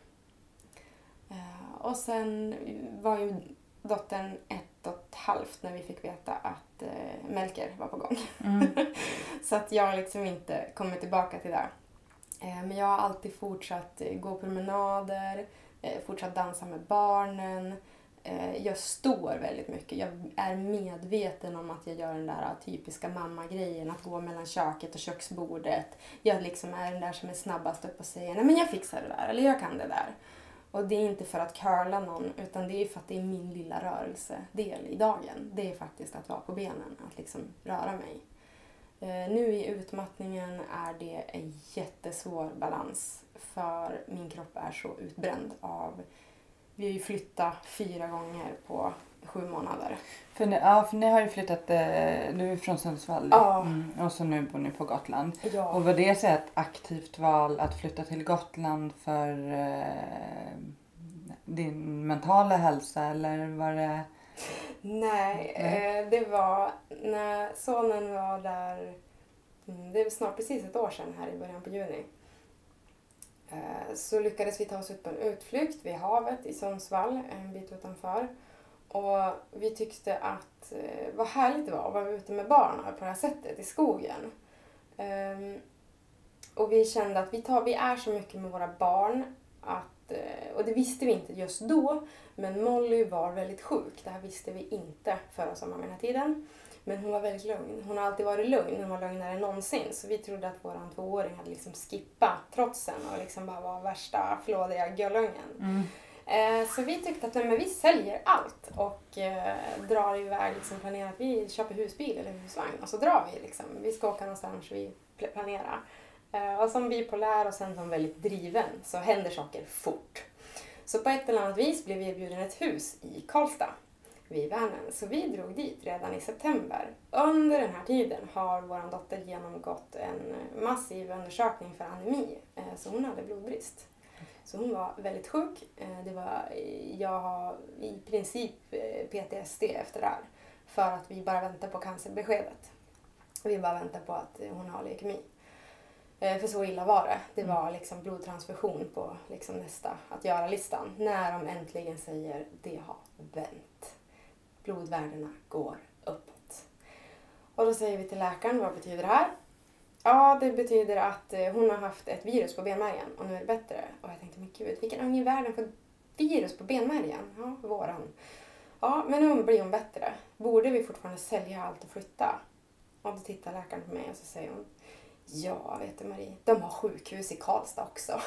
Och sen var ju dottern ett och ett halvt när vi fick veta att Melker var på gång. Mm. Så att jag liksom inte kommit tillbaka till det. Men jag har alltid fortsatt gå promenader, fortsatt dansa med barnen. Jag står väldigt mycket. Jag är medveten om att jag gör den där typiska mamma-grejen. Att gå mellan köket och köksbordet. Jag liksom är den där som är snabbast upp och säger nej men jag fixar det där. Eller jag kan det där. Och det är inte för att curla någon. Utan det är för att det är min lilla rörelsedel i dagen. Det är faktiskt att vara på benen. Att liksom röra mig. Nu i utmattningen är det en jättesvår balans. För min kropp är så utbränd av... Vi har ju flyttat fyra gånger på sju månader. För ni, ja, för ni har ju flyttat, eh, du är från Sundsvall ja. mm, och så nu bor ni på Gotland. Ja. Och var det så ett aktivt val att flytta till Gotland för eh, din mentala hälsa eller var det... Nej, eh, det var när sonen var där, det var snart precis ett år sedan här i början på juni. Så lyckades vi ta oss ut på en utflykt vid havet i Sundsvall, en bit utanför. Och vi tyckte att eh, vad härligt det var att vara ute med barn på det här sättet i skogen. Um, och vi kände att vi, tar, vi är så mycket med våra barn. Att, eh, och det visste vi inte just då, men Molly var väldigt sjuk. Det här visste vi inte förra sommaren den här tiden. Men hon var väldigt lugn. Hon har alltid varit lugn. Hon var lugnare än någonsin. Så vi trodde att våran tvååring hade liksom skippat trotsen. Och liksom bara var värsta flådiga gullungen. Mm. Eh, så vi tyckte att nej, men vi säljer allt. Och eh, drar iväg liksom planerar att vi köper husbil eller husvagn. Och så drar vi liksom. Vi ska åka någonstans vi planerar. Eh, och som bipolär och sen som väldigt driven så händer saker fort. Så på ett eller annat vis blev vi erbjuden ett hus i Karlstad vid Vänern. Så vi drog dit redan i september. Under den här tiden har vår dotter genomgått en massiv undersökning för anemi. Eh, så hon hade blodbrist. Så hon var väldigt sjuk. Eh, det var, jag har i princip P T S D efter det här. För att vi bara väntar på cancerbeskedet. Vi bara väntar på att hon har leukemi. För så illa var det. Det var liksom blodtransfusion på liksom nästa att göra-listan. När de äntligen säger det har vänt. Blodvärdena går uppåt. Och då säger vi till läkaren, vad betyder det här? Ja, det betyder att hon har haft ett virus på benmärgen och nu är det bättre. Och jag tänkte, men gud, vilken unge i världen för virus på benmärgen? Ja, våran. Ja, men nu blir hon bättre. Borde vi fortfarande sälja allt och flytta? Och då tittar läkaren på mig och så säger hon, ja, vet du Marie, de har sjukhus i Karlstad också.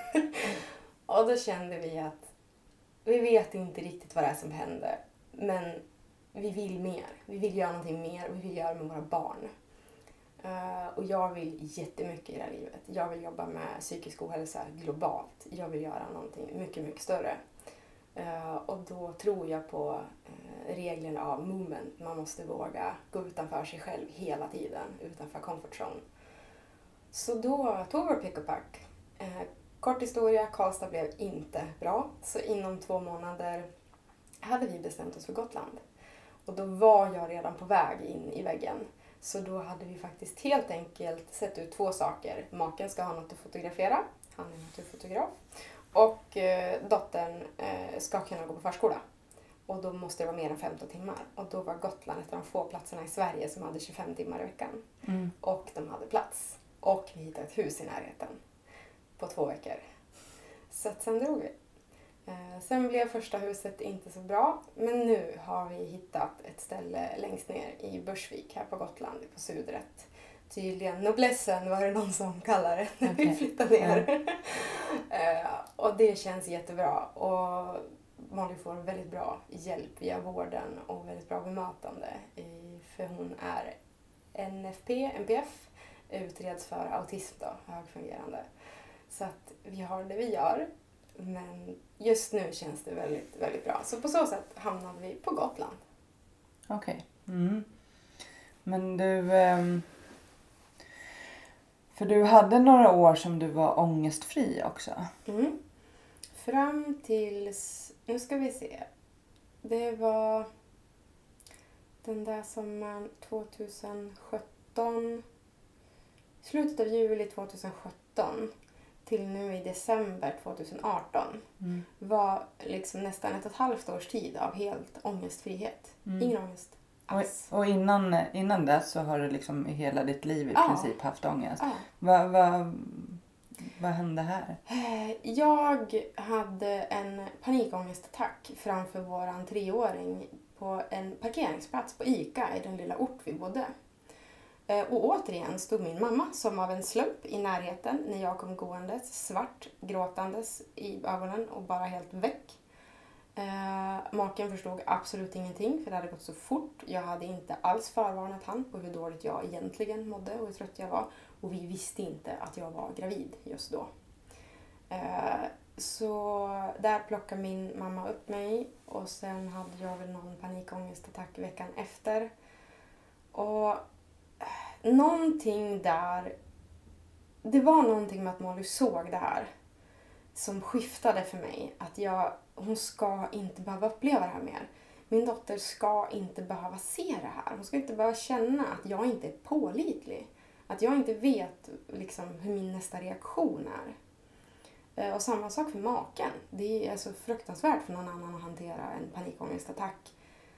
Och då kände vi att vi vet inte riktigt vad det är som händer. Men vi vill mer. Vi vill göra någonting mer och vi vill göra det med våra barn. Uh, och jag vill jättemycket i det här livet. Jag vill jobba med psykisk ohälsa globalt. Jag vill göra någonting mycket, mycket större. Uh, och då tror jag på uh, reglerna av movement. Man måste våga gå utanför sig själv hela tiden. Utanför comfort zone. Så då tog vi pick och pack. Uh, kort historia, Karlstad blev inte bra. Så inom två månader hade vi bestämt oss för Gotland. Och då var jag redan på väg in i väggen. Så då hade vi faktiskt helt enkelt sett ut två saker. Maken ska ha något att fotografera. Han är naturfotograf. Och eh, dottern eh, ska kunna gå på förskola. Och då måste det vara mer än femton timmar. Och då var Gotland ett av de få platserna i Sverige som hade tjugofem timmar i veckan. Mm. Och de hade plats. Och vi hittade ett hus i närheten. På två veckor. Så att sen drog vi. Eh, sen blev första huset inte så bra. Men nu har vi hittat ett ställe längst ner i Bursvik här på Gotland. På Sudret. Tydligen noblessen var det någon som kallade det när okay. vi flyttade ner. Mm. uh, och det känns jättebra. Och Molly får väldigt bra hjälp via vården och väldigt bra bemötande. I, för hon är N F P, N P F, utreds för autism då, högfungerande. Så att vi har det vi gör. Men just nu känns det väldigt, väldigt bra. Så på så sätt hamnade vi på Gotland. Okej. Okay. Mm. Men du... Um... För du hade några år som du var ångestfri också. Mm. Fram tills... Nu ska vi se. Det var den där sommaren tjugohundrasjutton. Slutet av juli tjugohundrasjutton till nu i december tjugoarton. Mm. Var liksom nästan ett och ett halvt års tid av helt ångestfrihet. Mm. Ingen ångest. Och, och innan, innan det så har du liksom i hela ditt liv i ja. princip haft ångest. Ja. Vad va, va hände här? Jag hade en panikångestattack framför våran treåring på en parkeringsplats på ICA i den lilla ort vi bodde. Och återigen stod min mamma som av en slump i närheten när jag kom gåendes, svart, gråtandes i ögonen och bara helt väck. Eh, maken förstod absolut ingenting för det hade gått så fort. Jag hade inte alls förvarnat han på hur dåligt jag egentligen mådde och hur trött jag var. Och vi visste inte att jag var gravid just då. Eh, så där plockade min mamma upp mig och sen hade jag väl någon panikångestattack veckan efter. Och eh, någonting där, det var någonting med att Molly såg det här som skiftade för mig. Att jag, hon ska inte behöva uppleva det här mer. Min dotter ska inte behöva se det här. Hon ska inte behöva känna att jag inte är pålitlig. Att jag inte vet liksom, hur min nästa reaktion är. Och samma sak för maken. Det är så fruktansvärt för någon annan att hantera en panikångestattack.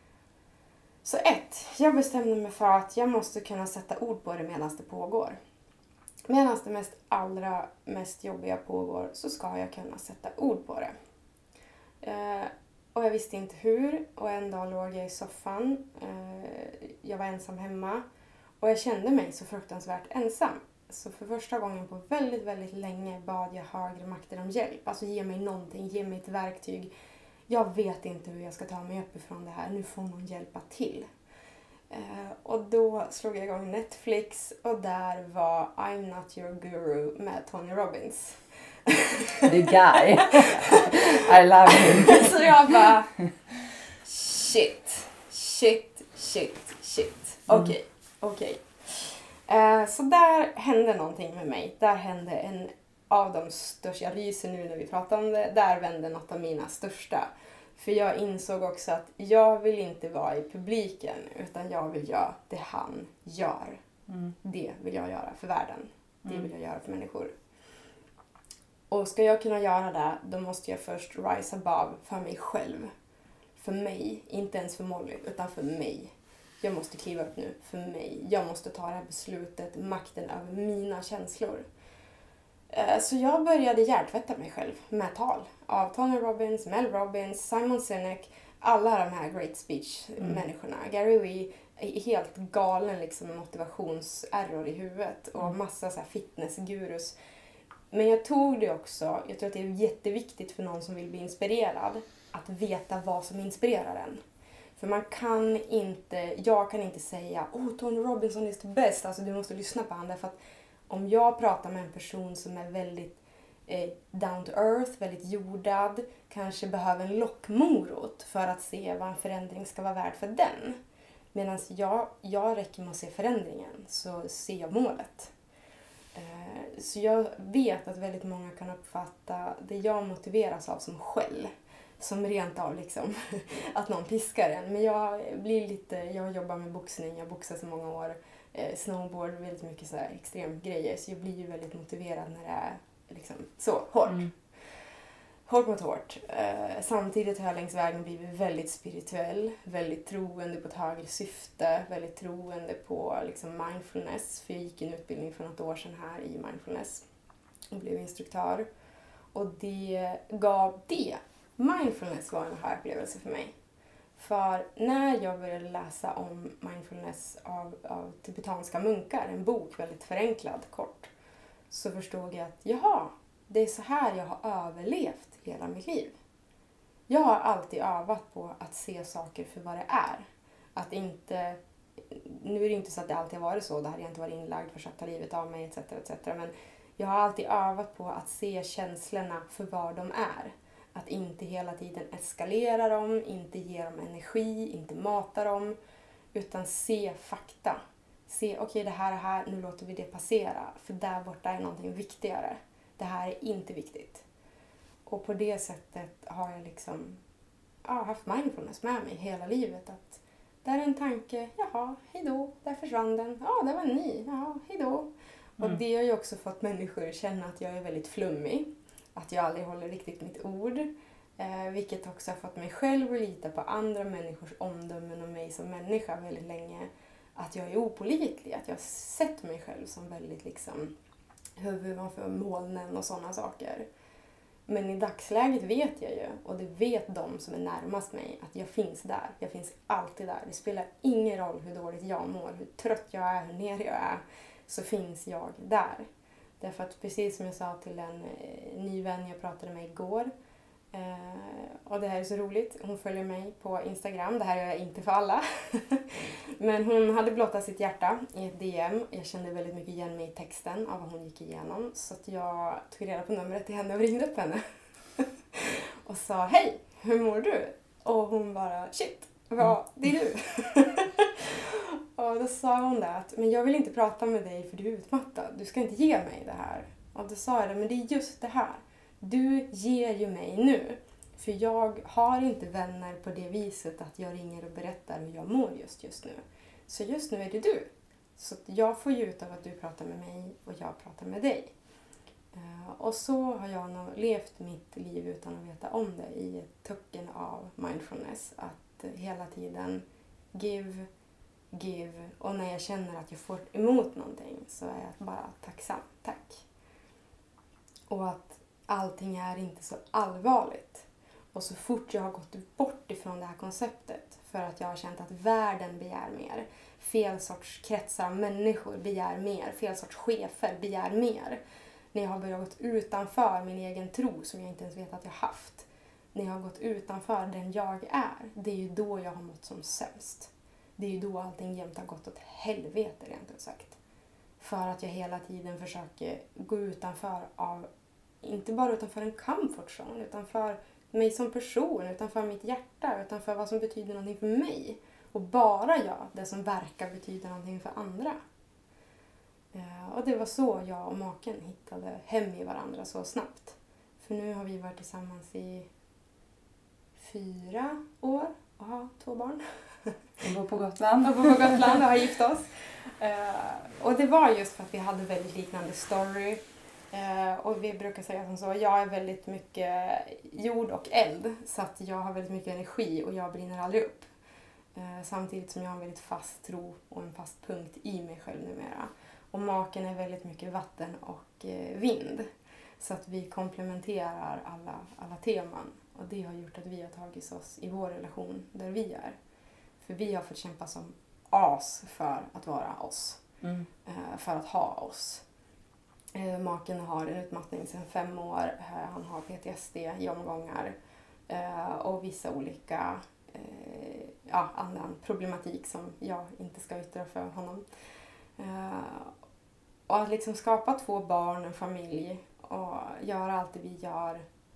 Så ett, jag bestämde mig för att jag måste kunna sätta ord på det medan det pågår. Medan det mest allra mest jobbiga pågår så ska jag kunna sätta ord på det. Eh, och jag visste inte hur. Och en dag låg jag i soffan. Eh, jag var ensam hemma. Och jag kände mig så fruktansvärt ensam. Så för första gången på väldigt, väldigt länge bad jag högre makter om hjälp. Alltså ge mig någonting, ge mig ett verktyg. Jag vet inte hur jag ska ta mig upp ifrån det här. Nu får någon hjälpa till. Eh, och då slog jag igång Netflix och där var I'm Not Your Guru med Tony Robbins. The guy. I love him. Så jag bara, shit, shit, shit, shit. Okej, okay, okej. Okay. Eh, så där hände någonting med mig. Där hände en av de största, jag ryser nu när vi pratar om det, där vände något av mina största. För jag insåg också att jag vill inte vara i publiken utan jag vill göra det han gör. Mm. Det vill jag göra för världen. Det vill jag göra för människor. Och ska jag kunna göra det, då måste jag först rise above för mig själv. För mig, inte ens för Molly, utan för mig. Jag måste kliva upp nu för mig. Jag måste ta det här beslutet, makten över mina känslor. Så jag började hjärtvätta mig själv med tal av Tony Robbins, Mel Robbins, Simon Sinek, alla de här great speech-människorna. Mm. Gary Vee är helt galen liksom, motivationserror i huvudet och mm. massa så här fitnessgurus. Men jag tog det också, jag tror att det är jätteviktigt för någon som vill bli inspirerad att veta vad som inspirerar en. För man kan inte, jag kan inte säga åh oh, Tony Robinson är bäst, alltså du måste lyssna på han därför att om jag pratar med en person som är väldigt eh, down to earth, väldigt jordad, kanske behöver en lockmorot för att se vad en förändring ska vara värd för den. Medan jag, jag räcker med att se förändringen så ser jag målet. Eh, så jag vet att väldigt många kan uppfatta det jag motiveras av som skäll. Som rent av liksom att någon piskar en. Men jag blir lite, jag jobbar med boxning, jag boxar så många år. Eh, snowboard, väldigt mycket så här extrem grejer. Så jag blir ju väldigt motiverad när det är liksom så hårt. Mm. Hårt mot hårt. Eh, samtidigt har jag längs vägen blivit väldigt spirituell. Väldigt troende på ett högre syfte. Väldigt troende på liksom mindfulness. För jag gick en utbildning för något år sedan här i mindfulness. Och blev instruktör. Och det gav det. Mindfulness var en aha-upplevelse för mig. För när jag började läsa om mindfulness av, av tibetanska munkar, en bok väldigt förenklad, kort, så förstod jag att jaha, det är så här jag har överlevt hela mitt liv. Jag har alltid övat på att se saker för vad det är. Att inte, nu är det inte så att det alltid har varit så, det hade jag inte varit inlagd för att ta livet av mig, et cetera et cetera. Men jag har alltid övat på att se känslorna för vad de är. Att inte hela tiden eskalera dem, inte ge dem energi, inte mata dem. Utan se fakta. Se, okej okay, det här är här, nu låter vi det passera. För där borta är någonting viktigare. Det här är inte viktigt. Och på det sättet har jag liksom ja, haft mindfulness med mig hela livet. Att där är en tanke, jaha, hejdå, där försvann den. Ja, det var en ny, jaha, hejdå. Mm. Och det har ju också fått människor känna att jag är väldigt flummig. Att jag aldrig håller riktigt mitt ord. Eh, vilket också har fått mig själv att lita på andra människors omdömen om mig som människa väldigt länge. Att jag är opålitlig. Att jag har sett mig själv som väldigt liksom huvud ovanför molnen och sådana saker. Men i dagsläget vet jag ju, och det vet de som är närmast mig, att jag finns där. Jag finns alltid där. Det spelar ingen roll hur dåligt jag mår, hur trött jag är, hur nere jag är. Så finns jag där. Därför att precis som jag sa till en eh, ny vän jag pratade med igår. Eh, och det här är så roligt. Hon följer mig på Instagram. Det här är jag inte för alla. Men hon hade blottat sitt hjärta i ett D M. Jag kände väldigt mycket igen mig i texten av vad hon gick igenom. Så att jag tog reda på numret till henne och ringde upp henne. Och sa, hej, hur mår du? Och hon bara, shit, vad, det är du. Och då sa hon det att, men jag vill inte prata med dig för du är utmattad. Du ska inte ge mig det här. Och då sa jag det, men det är just det här. Du ger ju mig nu. För jag har inte vänner på det viset att jag ringer och berättar hur jag mår just just nu. Så just nu är det du. Så jag får ju ut av att du pratar med mig och jag pratar med dig. Och så har jag nog levt mitt liv utan att veta om det i ett tucken av mindfulness. Att hela tiden give... give. Och när jag känner att jag får emot någonting så är jag bara tacksam. Tack. Och att allting är inte så allvarligt. Och så fort jag har gått bort ifrån det här konceptet för att jag har känt att världen begär mer. Fel sorts kretsar av människor begär mer. Fel sorts chefer begär mer. När jag har börjat gått utanför min egen tro som jag inte ens vet att jag haft. När jag har gått utanför den jag är. Det är ju då jag har mått som sämst. det är ju då allting jämt har gått åt helvete rent ut sagt. För att jag hela tiden försöker gå utanför av, inte bara utanför en comfort zone, utan för mig som person, utanför mitt hjärta, utanför vad som betyder någonting för mig. Och bara jag, det som verkar betyda någonting för andra. Uh, och det var så jag och maken hittade hem i varandra så snabbt. För nu har vi varit tillsammans i fyra år och har två barn. Och bor på Gotland. Och bor på Gotland och har gift oss. Uh, och det var just för att vi hade väldigt liknande story. Uh, och vi brukar säga som så, jag är väldigt mycket jord och eld. Så att jag har väldigt mycket energi och jag brinner aldrig upp. Uh, samtidigt som jag har en väldigt fast tro och en fast punkt i mig själv numera. Och maken är väldigt mycket vatten och uh, vind. Så att vi komplementerar alla, alla teman. Och det har gjort att vi har tagit oss i vår relation där vi är. För vi har fått kämpa som as för att vara oss. Mm. Uh, för att ha oss. Uh, maken har en utmattning sedan fem år. Uh, han har P T S D i omgångar. Uh, och vissa olika uh, ja, annan problematik som jag inte ska yttra för honom. Uh, och att liksom skapa två barn, en familj och göra allt det vi gör.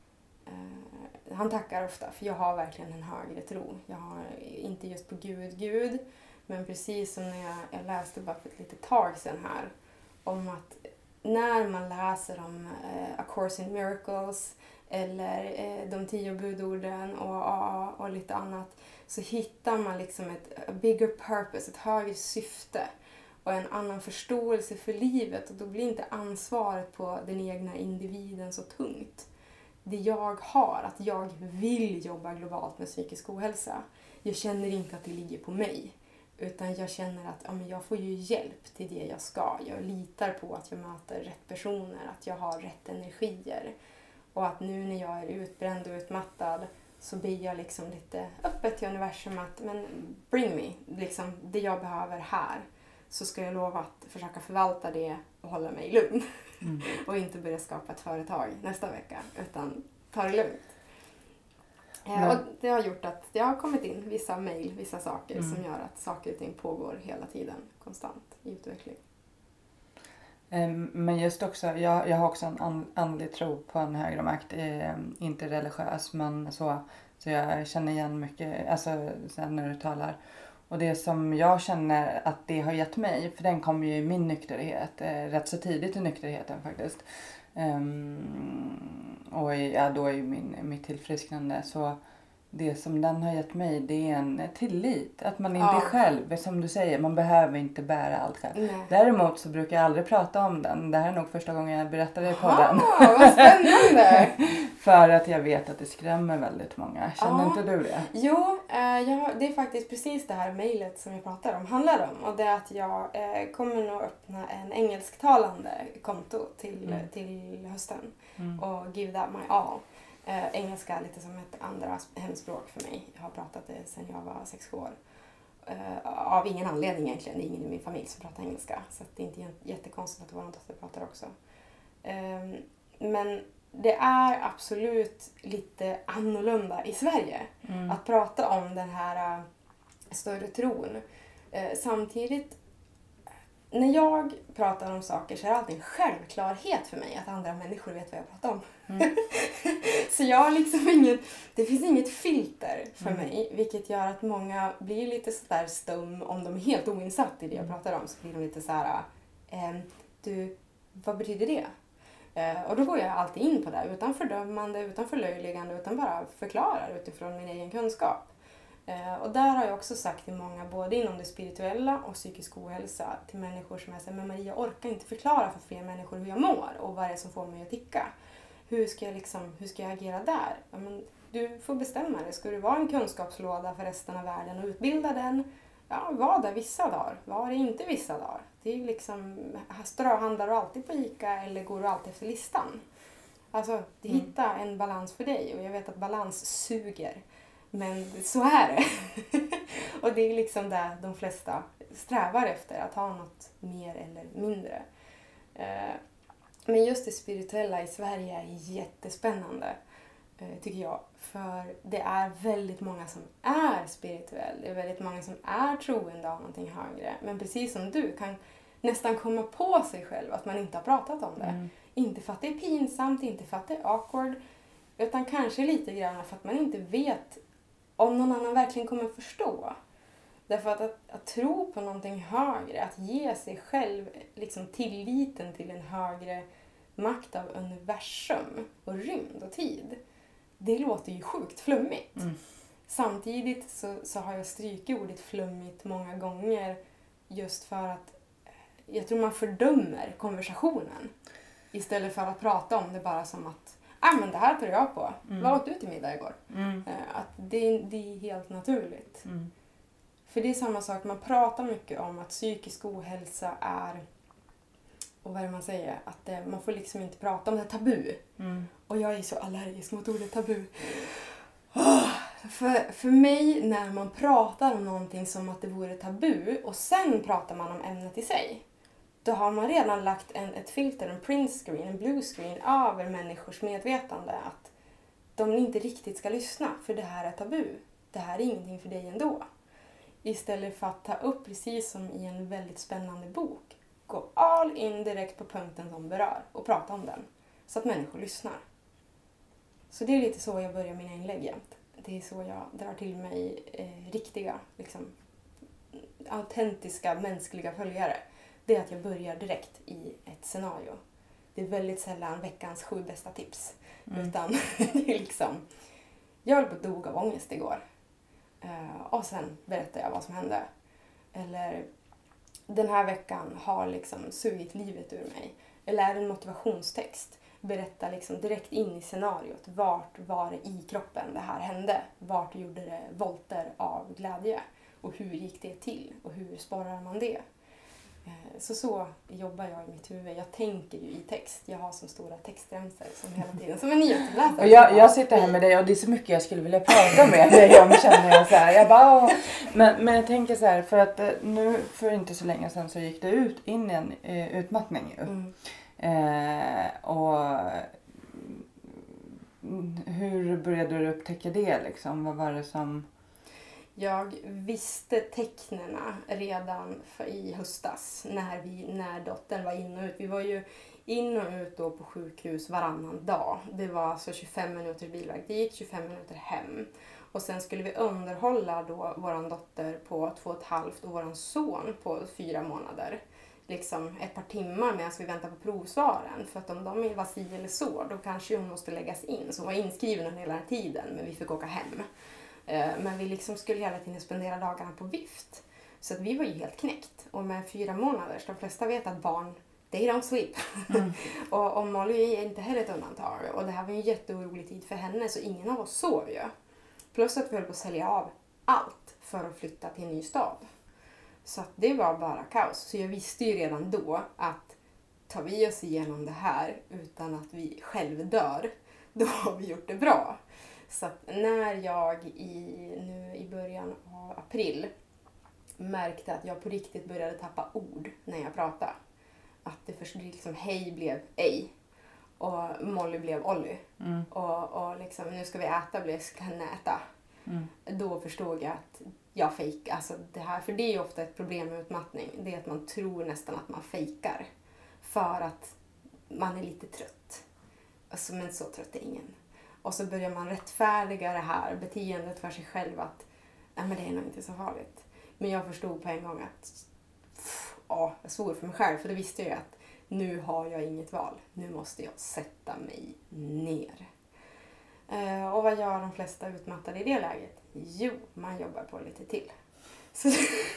Uh, han tackar ofta för jag har verkligen en högre tro. Jag har inte just på Gud, Gud. Men precis som när jag, jag läste bara för ett litet tag sedan här. Om att när man läser om uh, A Course in Miracles eller uh, de tio budorden och, och, och lite annat. Så hittar man liksom ett a bigger purpose, ett högre syfte. Och en annan förståelse för livet. Och då blir inte ansvaret på den egna individen så tungt. Det jag har, att jag vill jobba globalt med psykisk ohälsa. Jag känner inte att det ligger på mig. Utan jag känner att ja, men jag får ju hjälp till det jag ska. Jag litar på att jag möter rätt personer. Att jag har rätt energier. Och att nu när jag är utbränd och utmattad så blir jag liksom lite öppet till universum att men bring me. Liksom det jag behöver här. Så ska jag lova att försöka förvalta det och hålla mig lugn. Mm. Och inte börja skapa ett företag nästa vecka. Utan ta det lugnt. Mm. Och det har gjort att det har kommit in vissa mejl, vissa saker mm. som gör att saker och ting pågår hela tiden. Konstant i utveckling. Men just också, jag, jag har också en andlig tro på en högre makt. Inte religiös men så. Så jag känner igen mycket alltså, sen när du talar. Och det som jag känner att det har gett mig, för den kom ju i min nykterhet, eh, rätt så tidigt i nykterheten faktiskt. Um, och ja, då är ju min, mitt tillfrisknande. Så det som den har gett mig, det är en tillit. Att man inte ja. är själv, som du säger, man behöver inte bära allt själv. Nej. Däremot så brukar jag aldrig prata om den. Det här är nog första gången jag berättar det på den. Vad spännande! För att jag vet att det skrämmer väldigt många. Känner ja. inte du det? Jo, eh, jag, det är faktiskt precis det här mejlet som jag pratar om handlar om. Och det är att jag eh, kommer nog öppna en engelsktalande konto till, mm. till hösten. Mm. Och give that my all. Eh, engelska är lite som ett andra hemspråk för mig. Jag har pratat det sedan jag var sex år. Eh, av ingen anledning egentligen. Det är ingen i min familj som pratar engelska. Så det är inte jättekonstigt att vår dotter pratar också. Eh, men det är absolut lite annorlunda i Sverige. Mm. Att prata om den här uh, större tron. Eh, samtidigt, när jag pratar om saker så är det alltid en självklarhet för mig att andra människor vet vad jag pratar om. Mm. Så jag har liksom ingen, det finns inget filter för mm. mig. Vilket gör att många blir lite sådär stum om de är helt oinsatt i det jag pratar om. Så blir de lite såhär, eh, du, vad betyder det? Eh, och då går jag alltid in på det utan fördömande, utan förlöjligande, utan bara förklarar utifrån min egen kunskap. Eh, och där har jag också sagt till många, både inom det spirituella och psykisk ohälsa, till människor som jag säger, men Maria, jag orkar inte förklara för fler människor hur jag mår och vad det är som får mig att ticka. Hur ska jag, liksom, hur ska jag agera där? Ja, men du får bestämma det. Ska du vara en kunskapslåda för resten av världen och utbilda den? Ja, var det vissa dagar. Var det inte vissa dagar. Det är liksom, ströhandlar du alltid på Ica eller går du alltid efter listan? Alltså, det mm. hitta en balans för dig. Och jag vet att balans suger. Men så är det. Och det är liksom där de flesta strävar efter. Att ha något mer eller mindre. Men just det spirituella i Sverige är jättespännande. eh, tycker jag. För det är väldigt många som är spirituell. Det är väldigt många som är troende av någonting högre. Men precis som du kan nästan komma på sig själv att man inte har pratat om det. Mm. Inte för att det är pinsamt, inte för att det är awkward. Utan kanske lite grann för att man inte vet om någon annan verkligen kommer förstå. Därför att, att att tro på någonting högre, att ge sig själv liksom tilliten till en högre makt av universum och rymd och tid. Det låter ju sjukt flummigt. Mm. Samtidigt så, så har jag strykit ordet flummigt många gånger just för att jag tror man fördömer konversationen. Istället för att prata om det bara som att ah, men det här tror jag på. Mm. Vad åt du till middag igår? Mm. Att det, det är helt naturligt. Mm. För det är samma sak, man pratar mycket om att psykisk ohälsa är, och vad är det man säger, att det, man får liksom inte prata om det, tabu. Mm. Och jag är så allergisk mot ordet tabu. Oh, för, för mig, när man pratar om någonting som att det vore tabu och sen pratar man om ämnet i sig, då har man redan lagt en, ett filter, en print screen, en blue screen över människors medvetande att de inte riktigt ska lyssna, för det här är tabu. Det här är ingenting för dig ändå. Istället för att ta upp, precis som i en väldigt spännande bok, gå all in direkt på punkten som berör och prata om den. Så att människor lyssnar. Så det är lite så jag börjar mina inlägg jämt. Det är så jag drar till mig eh, riktiga, liksom, autentiska, mänskliga följare. Det är att jag börjar direkt i ett scenario. Det är väldigt sällan veckans sju bästa tips. Mm. Utan det är liksom, jag höll på att dog av ångest igår. Uh, och sen berättar jag vad som hände. Eller den här veckan har liksom sugit livet ur mig. Eller är det en motivationstext. Berätta liksom direkt in i scenariot. Vart var det i kroppen det här hände? Vart gjorde det volter av glädje? Och hur gick det till? Och hur sparar man det? Uh, så så jobbar jag i mitt huvud. Jag tänker ju i text. Jag har som stora textremsor som hela tiden. Som en nyhetsläsare. Och jag, jag sitter här med dig och det är så mycket jag skulle vilja prata med dig om, känner jag så här. Jag bara, åh. men, men jag tänker så här, för att nu för inte så länge sedan så gick det ut in en uh, utmattning ju. Mm. Uh, och hur började du upptäcka det liksom? Vad var det som... Jag visste tecknena redan för i höstas när, vi, när dottern var in och ut. Vi var ju in och ut då på sjukhus varannan dag. Det var alltså tjugofem minuter bilväg. Det gick tjugofem minuter hem. Och sen skulle vi underhålla då våran dotter på två och ett halvt och våran son på fyra månader. Liksom ett par timmar medan vi väntar på provsvaren. För att om de var si eller så, då kanske hon måste läggas in. Så hon var inskriven hela tiden, men vi fick åka hem. Men vi liksom skulle hela tiden spendera dagarna på vift. Så att vi var ju helt knäckt. Och med fyra månader, så de flesta vet att barn, they don't sleep. Mm. och, och Molly är inte heller ett undantag. Och det här var ju en jätteorolig tid för henne, så ingen av oss sov ju. Plus att vi höll på att sälja av allt för att flytta till en ny stad. Så att det var bara kaos. Så jag visste ju redan då att tar vi oss igenom det här utan att vi själv dör, då har vi gjort det bra. Så att när jag i, nu i början av april märkte att jag på riktigt började tappa ord när jag pratade. Att det först liksom hej blev ej. Och Molly blev Olly. Mm. Och, och liksom nu ska vi äta, blev ska äta. Mm. Då förstod jag att jag fejk, alltså det här, för det är ju ofta ett problem med utmattning. Det är att man tror nästan att man fejkar. För att man är lite trött. Alltså, men så trött är ingen. Och så börjar man rättfärdiga det här beteendet för sig själv att nej, men det är nog inte så farligt. Men jag förstod på en gång att pff, ja, jag svor för mig själv. För det visste jag ju att nu har jag inget val. Nu måste jag sätta mig ner. Uh, och vad gör de flesta utmattade i det läget? Jo, man jobbar på lite till. Så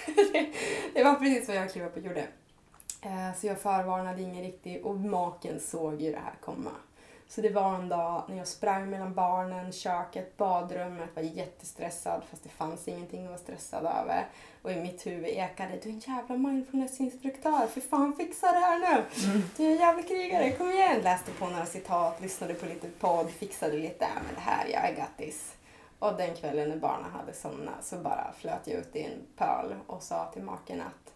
det var precis vad jag klev upp och gjorde. Uh, så jag förvarnade ingen riktigt och maken såg ju det här komma. Så det var en dag när jag sprang mellan barnen, köket, badrummet, var jättestressad fast det fanns ingenting att vara stressad över. Och i mitt huvud ekade, du är en jävla mindfulnessinstruktör, för fan fixa det här nu. Mm. Du är en jävla krigare, kom igen. Läste på några citat, lyssnade på lite podd, fixade lite, äh, men det här, jag got this. Och den kvällen när barnen hade somnat så bara flöt jag ut i en pöl och sa till maken att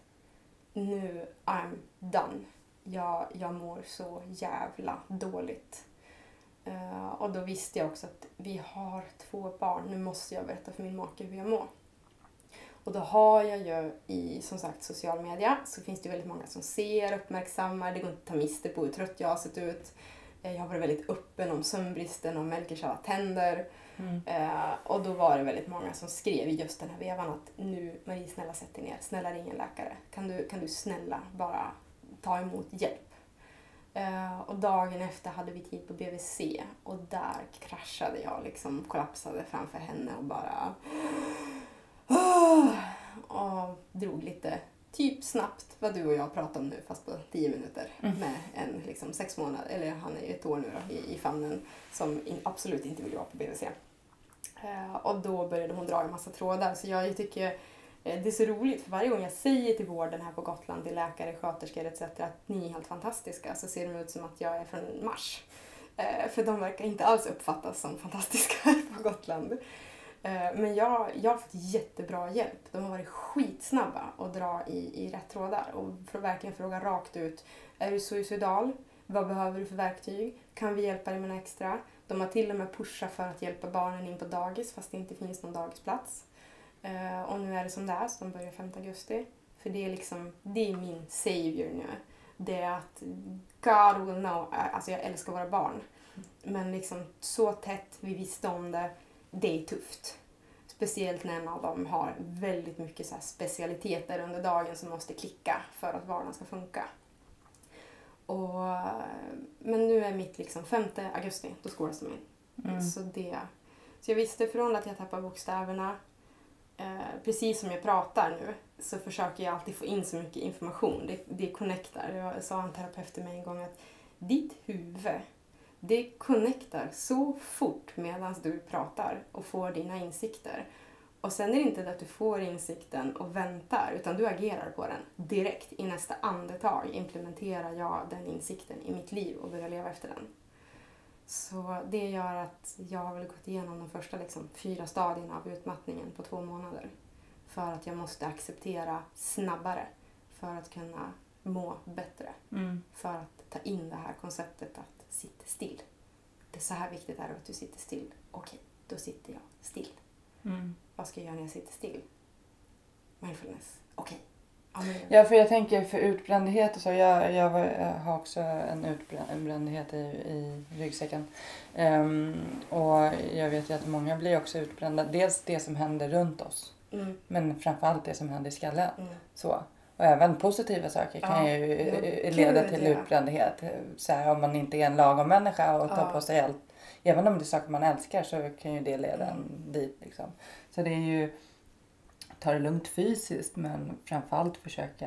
nu I'm done. Jag, jag mår så jävla dåligt. Uh, och då visste jag också att vi har två barn. Nu måste jag berätta för min make hur jag mår. Och då har jag ju i, som sagt, social media. Så finns det väldigt många som ser, uppmärksammar. Det går inte att ta miste på hur trött jag har sett ut. Jag har varit väldigt öppen om sömnbristen och Melkers alla tänder. Mm. Uh, och då var det väldigt många som skrev i just den här vevan att nu, Marie, snälla sätt dig ner. Snälla ring en läkare. Kan du, kan du snälla bara ta emot hjälp? Uh, och dagen efter hade vi tid på B V C. Och där kraschade jag, liksom kollapsade framför henne och bara... Uh, och drog lite typ snabbt vad du och jag pratar om nu, fast på tio minuter. Mm. Med en liksom sex månader, eller han är ju ett år nu då, i, i famnen, som in, absolut inte vill vara på B V C. Uh, och då började hon dra en massa trådar. Så jag tycker uh, det är så roligt, för varje gång jag säger till vården här på Gotland, till läkare, sköterskor et cetera att ni är helt fantastiska, så ser de ut som att jag är från Mars. Uh, för de verkar inte alls uppfattas som fantastiska här på Gotland. Men jag, jag har fått jättebra hjälp. De har varit skitsnabba att dra i, i rätt trådar. Och för att verkligen fråga rakt ut. Är du suicidal? Vad behöver du för verktyg? Kan vi hjälpa dig med något extra? De har till och med pushat för att hjälpa barnen in på dagis fast det inte finns någon dagisplats. Och nu är det som det är, så de börjar femte augusti. För det är liksom, det är min savior nu. Det är att God will know. Alltså jag älskar våra barn. Men liksom så tätt, vi visste om det. Det är tufft. Speciellt när en av dem har väldigt mycket så här specialiteter under dagen som måste klicka för att vardagen ska funka. Och, men nu är mitt liksom femte augusti, då skolas de in. Mm. Så, det, så jag visste från att jag tappar bokstäverna. Eh, precis som jag pratar nu så försöker jag alltid få in så mycket information. Det, det connectar. Jag sa en terapeut till mig en gång att ditt huvud, det connectar så fort medan du pratar och får dina insikter. Och sen är det inte att du får insikten och väntar, utan du agerar på den direkt. I nästa andetag implementerar jag den insikten i mitt liv och börjar leva efter den. Så det gör att jag har väl gått igenom de första liksom, fyra stadierna av utmattningen på två månader. För att jag måste acceptera snabbare för att kunna må bättre. Mm. För att ta in det här konceptet att sitta still. Det är så här viktigt är att du sitter still. Okej, då sitter jag still. Mm. Vad ska jag göra när jag sitter still? Mindfulness. Okej. Okay. Ja, för jag tänker för utbrändhet och så. Jag, jag, var, jag har också en utbrändhet i, i ryggsäcken. Um, och jag vet ju att många blir också utbrända. Dels det som händer runt oss. Mm. Men framförallt det som händer i skallen. Mm. Så. Och även positiva saker kan ja. ju ja. leda Gud, till ja. utbrändhet. Så här, om man inte är en lagom människa och tar ja. på sig allt. Även om det är saker man älskar så kan ju det leda mm. en dit. Liksom. Så det är ju, ta det lugnt fysiskt men framförallt försöka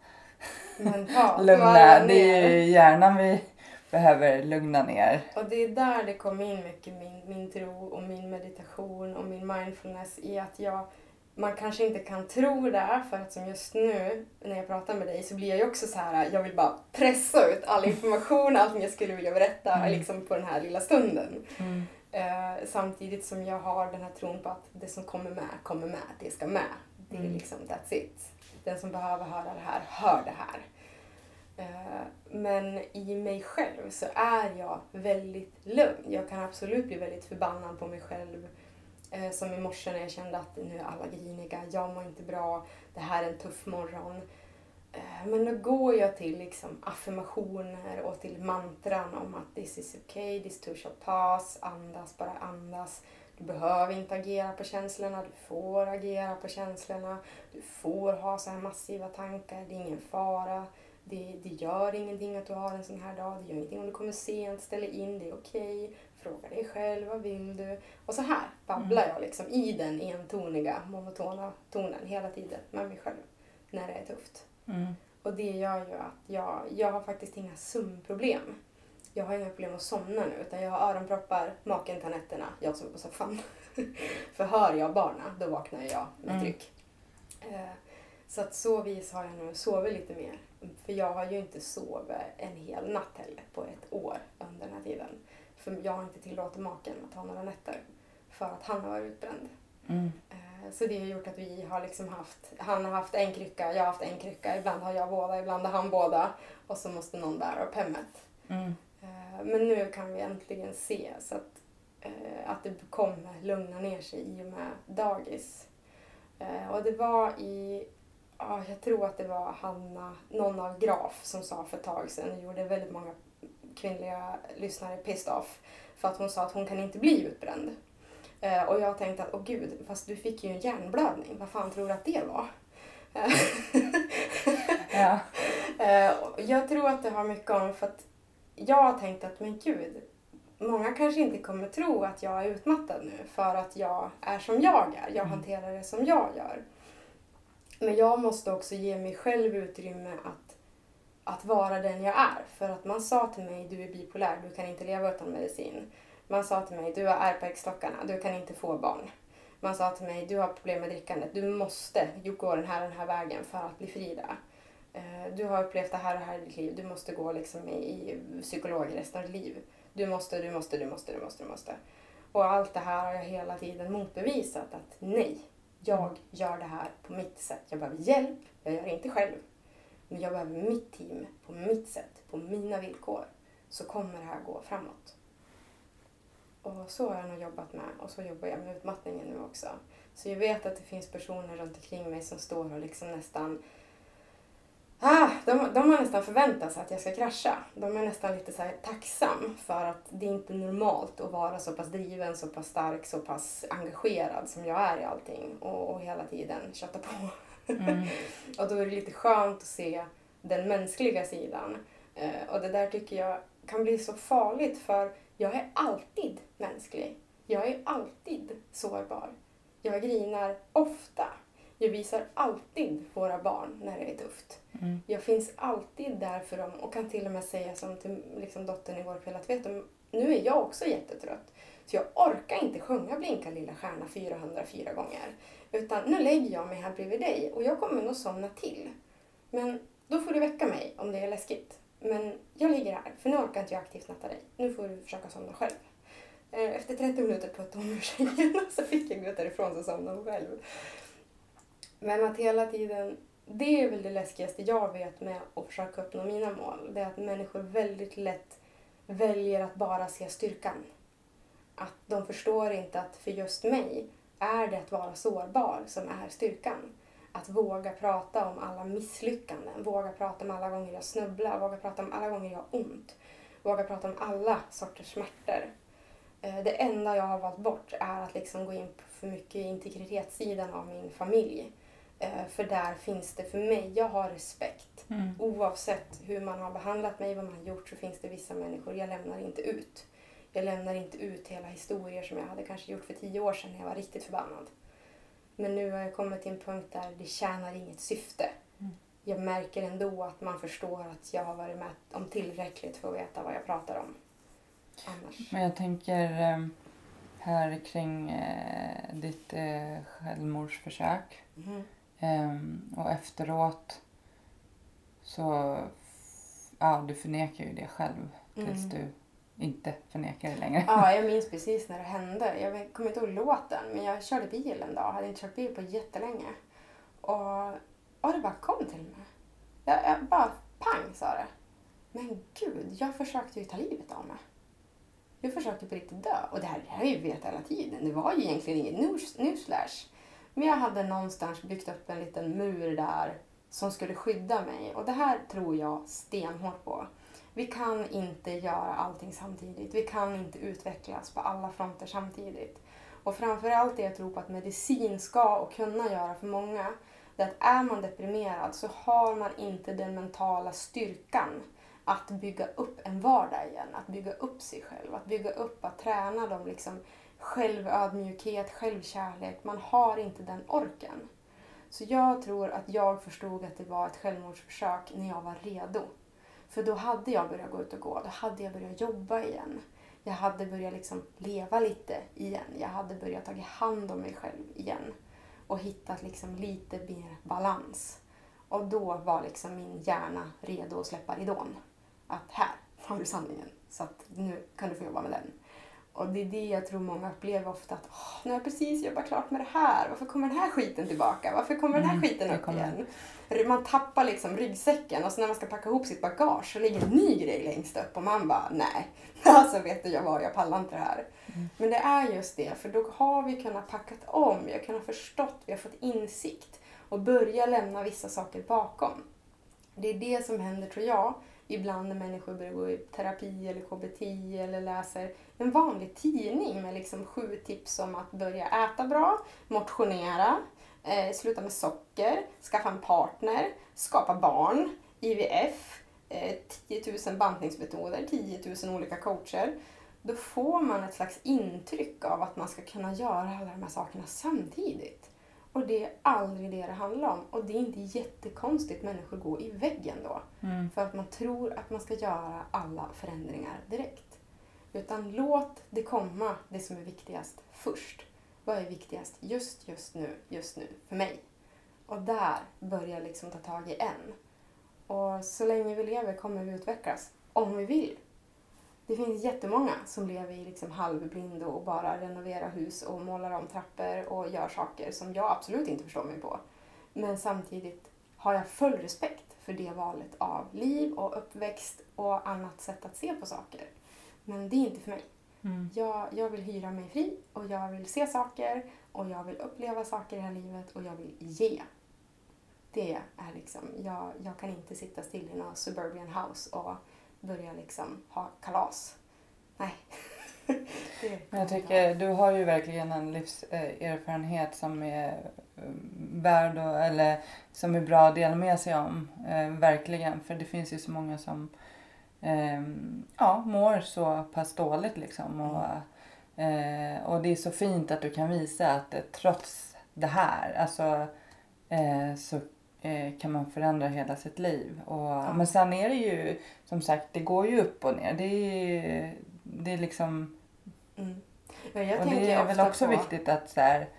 mentalt lugna. Det är ju hjärnan vi behöver lugna ner. Och det är där det kommer in mycket min, min tro och min meditation och min mindfulness i att jag, man kanske inte kan tro det, för att som just nu när jag pratar med dig så blir jag ju också så här, jag vill bara pressa ut all information, allt jag skulle vilja berätta mm. liksom på den här lilla stunden. Mm. Eh, samtidigt som jag har den här tron på att det som kommer med, kommer med, det ska med. Det är mm. liksom, that's it. Den som behöver höra det här, hör det här. Eh, men i mig själv så är jag väldigt lugn. Jag kan absolut bli väldigt förbannad på mig själv. Eh, som i morse när jag kände att nu är alla griniga, jag mår inte bra, det här är en tuff morgon. Eh, men då går jag till liksom affirmationer och till mantran om att this is okay, this too shall pass, andas, bara andas. Du behöver inte agera på känslorna, du får agera på känslorna, du får ha så här massiva tankar, det är ingen fara. Det, det gör ingenting att du har en sån här dag, det gör ingenting om du kommer sent, ställer in, det är okej. Okay. Fråga dig själv, vad vill du? Och så här babblar jag liksom i den entoniga, monotona tonen hela tiden med mig själv när det är tufft. Mm. Och det gör ju att jag, jag har faktiskt inga sömnproblem. Jag har inga problem att somna nu, utan jag har öronproppar, maken tar nätterna, jag sover på soffan. För hör jag barna, då vaknar jag med tryck. Mm. Eh, så att så vis har jag nu sovit lite mer. För jag har ju inte sovit en hel natt heller på ett år under den här tiden. För jag har inte tillåtit maken att ha några nätter. För att han har varit utbränd. Mm. Så det har gjort att vi har liksom haft, han har haft en krycka, jag har haft en krycka. Ibland har jag båda, ibland har han båda. Och så måste någon bära upp hemmet. Mm. Men nu kan vi äntligen se så att, att det kommer lugna ner sig i och med dagis. Och det var i, ja, jag tror att det var Hanna, någon av Graf som sa för ett tag sedan, och gjorde väldigt många kvinnliga lyssnare pissed off. För att hon sa att hon kan inte bli utbränd. Och jag tänkte att, åh gud, fast du fick ju en hjärnblödning. Vad fan tror du att det var? Ja. Jag tror att det har mycket om, för att jag har tänkt att, men gud, många kanske inte kommer tro att jag är utmattad nu för att jag är som jag är. Jag hanterar det som jag gör. Men jag måste också ge mig själv utrymme att, att vara den jag är. För att man sa till mig, du är bipolär, du kan inte leva utan medicin. Man sa till mig, du har ärr på äggstockarna, du kan inte få barn. Man sa till mig, du har problem med drickandet, du måste gå den här den här vägen för att bli fri där. Du har upplevt det här och här i ditt liv, du måste gå liksom i, i psykolog resten av ditt liv. Du måste, du måste, du måste, du måste, du måste. Och allt det här har jag hela tiden motbevisat att nej, jag gör det här på mitt sätt. Jag behöver hjälp, jag gör det inte själv. Men jag behöver mitt team på mitt sätt, på mina villkor. Så kommer det här gå framåt. Och så har jag nog jobbat med, och så jobbar jag med utmattningen nu också. Så jag vet att det finns personer runt omkring mig som står och liksom nästan... Ah, de, de har nästan förväntat sig att jag ska krascha. De är nästan lite så här tacksam för att det är inte normalt att vara så pass driven, så pass stark, så pass engagerad som jag är i allting. Och, och hela tiden kötta på. Mm. Och då är det lite skönt att se den mänskliga sidan. Eh, och det där tycker jag kan bli så farligt, för jag är alltid mänsklig. Jag är alltid sårbar. Jag grinar ofta. Jag visar alltid våra barn när det är tufft. Mm. Jag finns alltid där för dem och kan till och med säga som till liksom, dottern igår kväll att vet du, nu är jag också jättetrött. Så jag orkar inte sjunga Blinka lilla stjärna fyrahundrafyra gånger. Utan nu lägger jag mig här bredvid dig och jag kommer nog somna till. Men då får du väcka mig om det är läskigt. Men jag ligger här, för nu orkar inte jag aktivt natta dig. Nu får du försöka somna själv. Efter trettio minuter puttade hon ur sängen så fick jag gå därifrån så somnade hon själv. Men att hela tiden, det är väl det läskigaste jag vet med att försöka uppnå mina mål. Det är att människor väldigt lätt väljer att bara se styrkan. Att de förstår inte att för just mig är det att vara sårbar som är styrkan. Att våga prata om alla misslyckanden, våga prata om alla gånger jag snubblar, våga prata om alla gånger jag har ont. Våga prata om alla sorters smärtor. Det enda jag har valt bort är att liksom gå in på för mycket integritetssidan av min familj. För där finns det för mig, jag har respekt. Mm. Oavsett hur man har behandlat mig, vad man har gjort, så finns det vissa människor jag lämnar inte ut. Jag lämnar inte ut hela historier som jag hade kanske gjort för tio år sedan när jag var riktigt förbannad. Men nu har jag kommit till en punkt där det tjänar inget syfte. Mm. Jag märker ändå att man förstår att jag har varit med om tillräckligt för att veta vad jag pratar om. Annars. Men jag tänker här kring eh, ditt eh, självmordsförsök. Mm. Um, och efteråt så ja, du förnekar ju det själv tills mm. du inte förnekar det längre. Ja, jag minns precis när det hände. Jag kommer inte ihåg låten, men jag körde bil en dag. Hade inte kört bil på jättelänge. Och, och det bara kom till mig. Jag, jag bara pang sa det. Men gud, jag försökte ju ta livet av mig. Jag försökte på riktigt dö. Och det här har jag ju vet hela tiden. Det var ju egentligen inget news, newsflash. Men jag hade någonstans byggt upp en liten mur där som skulle skydda mig. Och det här tror jag stenhårt på. Vi kan inte göra allting samtidigt. Vi kan inte utvecklas på alla fronter samtidigt. Och framförallt det jag tror på att medicin ska och kunna göra för många. Det är att är man deprimerad så har man inte den mentala styrkan att bygga upp en vardag igen. Att bygga upp sig själv. Att bygga upp, att träna dem liksom. Självödmjukhet, självkärlek. Man har inte den orken. Så jag tror att jag förstod att det var ett självmordsförsök när jag var redo. För då hade jag börjat gå ut och gå. Då hade jag börjat jobba igen. Jag hade börjat liksom leva lite igen. Jag hade börjat ta hand om mig själv igen. Och hittat liksom lite mer balans. Och då var liksom min hjärna redo att släppa ridån. Att här har du sanningen. Så att nu kan du få jobba med den. Och det är det jag tror många upplever ofta. Att Åh, nu har jag precis jobbat klart med det här. Varför kommer den här skiten tillbaka? Varför kommer den här Mm, skiten det upp kommer. igen? Man tappar liksom ryggsäcken. Och så när man ska packa ihop sitt bagage så ligger en ny grej längst upp. Och man bara, nej. Alltså vet du jag vad, jag pallar inte det här. Mm. Men det är just det. För då har vi kunnat packat om. Vi har kunnat förstått. Vi har fått insikt. Och börja lämna vissa saker bakom. Det är det som händer tror jag. Ibland när människor börjar gå i terapi eller K B T eller läser en vanlig tidning med liksom sju tips om att börja äta bra, motionera, eh, sluta med socker, skaffa en partner, skapa barn, I V F, eh, tio tusen bantningsmetoder, tio tusen olika coacher. Då får man ett slags intryck av att man ska kunna göra alla de här sakerna samtidigt. Och det är aldrig det det handlar om. Och det är inte jättekonstigt människor går i väggen då. Mm. För att man tror att man ska göra alla förändringar direkt. Utan låt det komma det som är viktigast först. Vad är viktigast just, just nu, just nu för mig? Och där börjar liksom ta tag i en. Och så länge vi lever kommer vi utvecklas. Om vi vill. Det finns jättemånga som lever i liksom halvblindo och bara renoverar hus och målar om trappor och gör saker som jag absolut inte förstår mig på. Men samtidigt har jag full respekt för det valet av liv och uppväxt och annat sätt att se på saker. Men det är inte för mig. Mm. Jag, jag vill hyra mig fri och jag vill se saker och jag vill uppleva saker i det här livet och jag vill ge. Det är liksom, jag, jag kan inte sitta still i någon suburban house och börja liksom ha kalas. Nej. Jag tycker du har ju verkligen en livserfarenhet som är värd och, eller som är bra att dela med sig om. Eh, verkligen. För det finns ju så många som eh, ja, mår så pass dåligt liksom. Och, eh, och det är så fint att du kan visa att eh, trots det här alltså, eh, så kan man förändra hela sitt liv. Och, ja. Men sen är det ju, som sagt, det går ju upp och ner. Det är, det är liksom... Mm. Ja, jag och det är väl också på... viktigt att så här,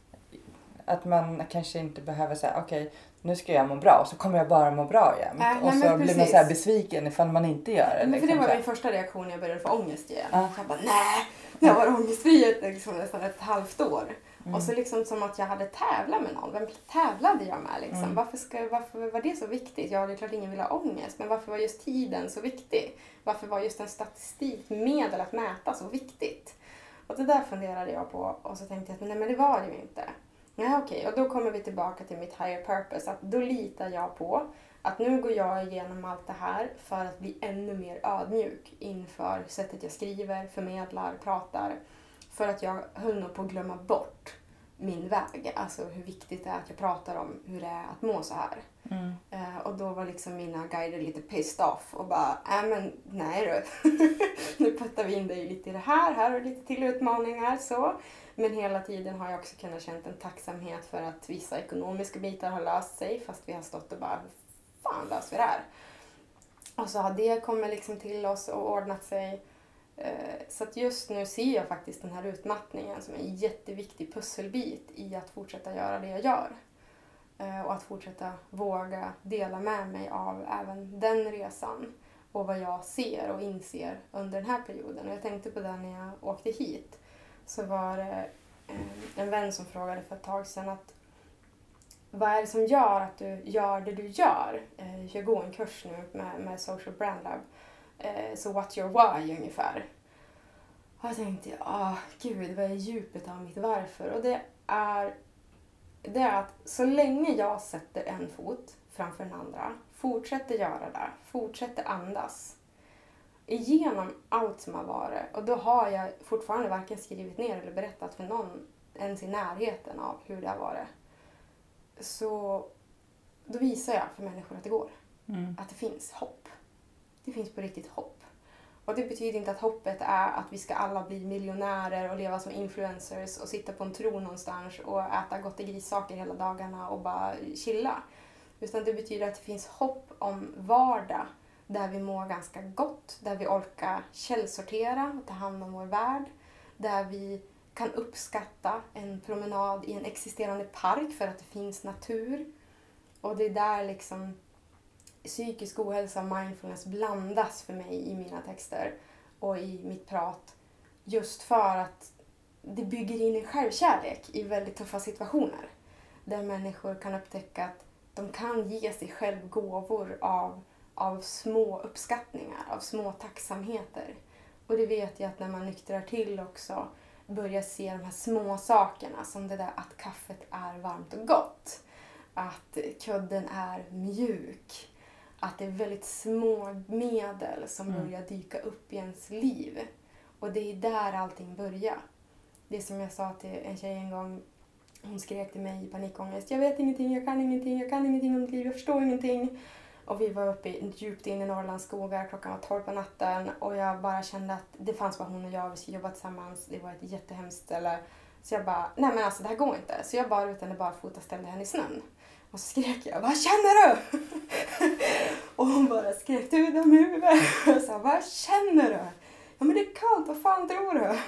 att man kanske inte behöver säga okej, okay, nu ska jag må bra och så kommer jag bara må bra jämt. Äh, och så blir man så här besviken ifall man inte gör det. Men liksom, för det var så min första reaktion när jag började få ångest igen. Uh. Jag bara, nej! Jag var ångestfri liksom, nästan ett halvt år. Mm. Och så liksom som att jag hade tävlat med någon. Vem tävlade jag med liksom? Mm. Varför, ska, varför var det så viktigt? Ja, det är klart ingen vill ha ångest. Men varför var just tiden så viktig? Varför var just en statistikmedel att mäta så viktigt? Och det där funderade jag på. Och så tänkte jag att nej men det var det ju inte. Nej okej, okay. Och då kommer vi tillbaka till mitt higher purpose. Att då litar jag på att nu går jag igenom allt det här för att bli ännu mer ödmjuk inför sättet jag skriver, förmedlar, pratar. För att jag höll nog på att glömma bort min väg. Alltså hur viktigt det är att jag pratar om hur det är att må så här. Mm. Uh, och då var liksom mina guider lite pissed off. Och bara, äh men nej du. Nu puttar vi in dig lite i det här. Här har du lite till utmaningar. Så. Men hela tiden har jag också kunnat känt en tacksamhet för att vissa ekonomiska bitar har löst sig. Fast vi har stått och bara, hur fan löser vi det här? Och så har det kommit liksom till oss och ordnat sig. Så att just nu ser jag faktiskt den här utmattningen som en jätteviktig pusselbit i att fortsätta göra det jag gör. Och att fortsätta våga dela med mig av även den resan. Och vad jag ser och inser under den här perioden. Och jag tänkte på det när jag åkte hit. Så var det en vän som frågade för ett tag sedan att vad är det som gör att du gör det du gör? Jag går en kurs nu med, med Social Brand Lab. Så what's your why ungefär? Och jag tänkte, ah gud vad är djupet av mitt varför? Och det är, det är att så länge jag sätter en fot framför den andra, fortsätter göra det, fortsätter andas. Igenom allt som har varit. Och då har jag fortfarande varken skrivit ner eller berättat för någon ens i närheten av hur det har varit. Så då visar jag för människor att det går. Mm. Att det finns hopp. Det finns på riktigt hopp. Och det betyder inte att hoppet är att vi ska alla bli miljonärer och leva som influencers och sitta på en tron någonstans och äta gottegrissaker hela dagarna och bara chilla. Utan det betyder att det finns hopp om vardag där vi mår ganska gott, där vi orkar källsortera och ta hand om vår värld, där vi kan uppskatta en promenad i en existerande park för att det finns natur. Och det är där liksom psykisk ohälsa och mindfulness blandas för mig i mina texter och i mitt prat. Just för att det bygger in en självkärlek i väldigt tuffa situationer. Där människor kan upptäcka att de kan ge sig själv gåvor av, av små uppskattningar, av små tacksamheter. Och det vet jag att när man nyktrar till också börjar se de här små sakerna som det där att kaffet är varmt och gott. Att kudden är mjuk. Att det är väldigt små medel som Mm. börjar dyka upp i ens liv. Och det är där allting börjar. Det som jag sa till en tjej en gång. Hon skrek till mig i panikångest. Jag vet ingenting, jag kan ingenting, jag kan ingenting om mitt liv, jag förstår ingenting. Och vi var uppe i, djupt in i Norrlands skogar, klockan var tolv på natten. Och jag bara kände att det fanns bara hon och jag, vi skulle jobba tillsammans. Det var ett jättehemskt ställe. Så jag bara, nej men alltså det här går inte. Så jag bara utan det bara fota ställde henne i snön. Och så skrek jag, vad känner du? Och hon bara skrek, du är dum i huvudet. Och jag sa, vad känner du? Ja men det är kallt, vad fan tror du?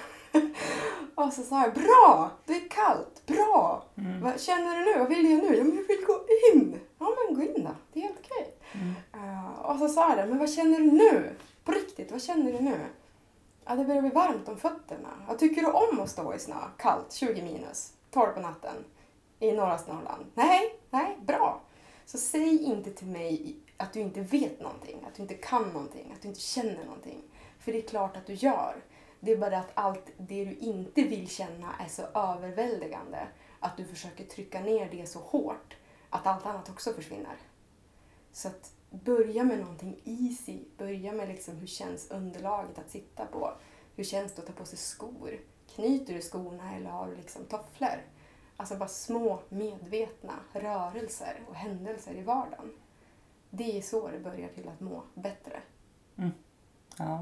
Och så sa jag, bra, det är kallt, bra. Mm. Vad känner du nu? Vad vill du göra nu? Ja men jag vill gå in. Ja men gå in då, det är helt okej. Mm. Uh, och så sa jag det, men vad känner du nu? På riktigt, vad känner du nu? Ja det börjar bli varmt om fötterna. Vad tycker du om att stå i snö? Kallt, tjugo minus, tolv på natten. I norra Norrland. Nej, nej, bra. Så säg inte till mig att du inte vet någonting. Att du inte kan någonting. Att du inte känner någonting. För det är klart att du gör. Det är bara att allt det du inte vill känna är så överväldigande. Att du försöker trycka ner det så hårt. Att allt annat också försvinner. Så att börja med någonting easy. Börja med liksom hur känns underlaget att sitta på. Hur känns det att ta på sig skor? Knyter du skorna eller har du liksom tofflor? Alltså bara små medvetna rörelser och händelser i vardagen. Det är så det börjar till att må bättre. Mm. Ja.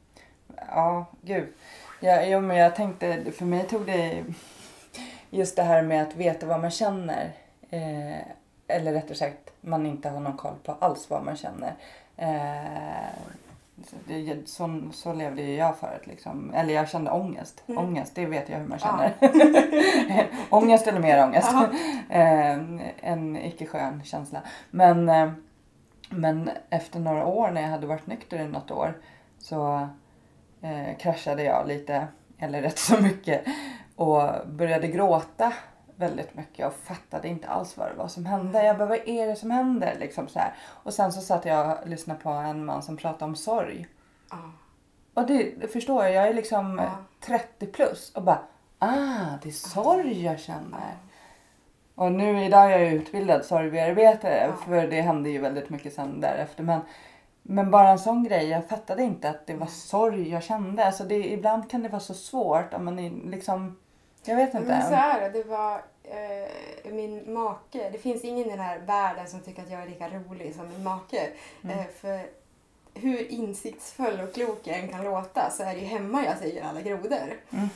Ja, gud. Ja, jo, men jag tänkte, för mig tog det just det här med att veta vad man känner. Eh, eller rättare sagt, man inte har någon koll på alls vad man känner. Eh, så, det, så, så levde ju jag förut liksom. Eller jag kände ångest. Mm. Ångest, det vet jag hur man känner. Ja. Ångest eller mer ångest. eh, en icke skön känsla. Men, eh, men efter några år när jag hade varit nykter i något år så eh, kraschade jag lite, eller rätt så mycket, och började gråta väldigt mycket och fattade inte alls vad det var som hände. Jag bara, vad är det som händer? Liksom så här. Och sen så satt jag och lyssnade på en man som pratade om sorg. Ja. Och det, det förstår jag, jag är liksom Ja. trettio plus och bara, ah, det är sorg jag känner. Och nu idag är jag utbildad sorgbearbetare, Ja. för det hände ju väldigt mycket sen därefter. Men, men bara en sån grej, jag fattade inte att det var sorg jag kände. Alltså det, ibland kan det vara så svårt om man är liksom, jag vet inte. Men så är det, det var eh, min make. Det finns ingen i den här världen som tycker att jag är lika rolig som min make. Mm. Eh, för hur insiktsfull och klok jag än kan låta så är det ju hemma jag säger alla grodor. Mm.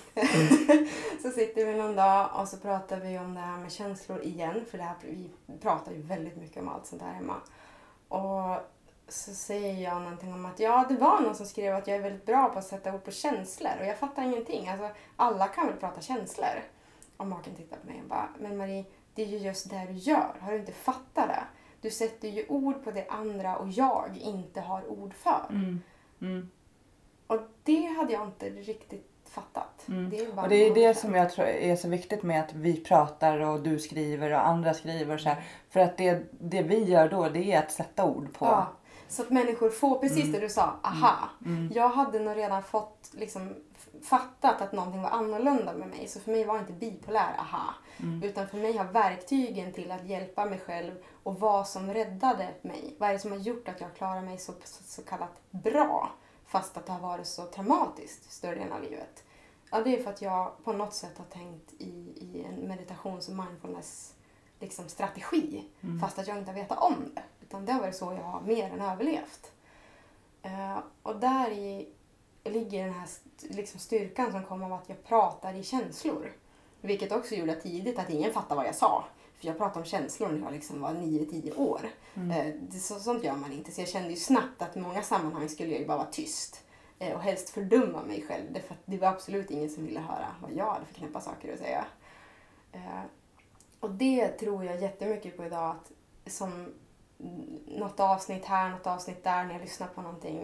Så sitter vi någon dag och så pratar vi om det här med känslor igen. För det här, vi pratar ju väldigt mycket om allt sånt här hemma. Och så säger jag någonting om att ja, det var någon som skrev att jag är väldigt bra på att sätta ord på känslor. Och jag fattar ingenting. Alltså, alla kan väl prata känslor. Och maken tittar på mig och bara, men Marie, det är ju just det du gör. Har du inte fattat det? Du sätter ju ord på det andra och jag inte har ord för. Mm. Mm. Och det hade jag inte riktigt fattat. Mm. Det är bara Och det är det något som jag tror är så viktigt med att vi pratar och du skriver och andra skriver och så här. För att det, det vi gör då, det är att sätta ord på. Ja, så att människor får precis Mm. det du sa. Aha. Mm. Jag hade nog redan fått liksom fattat att någonting var annorlunda med mig. Så för mig var inte bipolär aha. Mm. Utan för mig har verktygen till att hjälpa mig själv och vad som räddade mig. Vad är det som har gjort att jag klarar mig så, så, så kallat bra fast att det har varit så traumatiskt större delen av livet. Ja, det är för att jag på något sätt har tänkt i, i en meditations- och mindfulness liksom, strategi. Mm. Fast att jag inte har vetat om det. Utan det har varit så jag har mer än överlevt. Uh, och där i ligger den här liksom, styrkan som kommer av att jag pratar i känslor. Vilket också gjorde tidigt att ingen fattade vad jag sa. För jag pratade om känslor när jag liksom var nio tio år. Mm. Uh, det, så, sånt gör man inte. Så jag kände ju snabbt att i många sammanhang skulle jag ju bara vara tyst. Uh, och helst fördumma mig själv. Därför att det var absolut ingen som ville höra vad jag hade för knäppa saker att säga. Uh, och det tror jag jättemycket på idag. Att som något avsnitt här, något avsnitt där när jag lyssnar på någonting.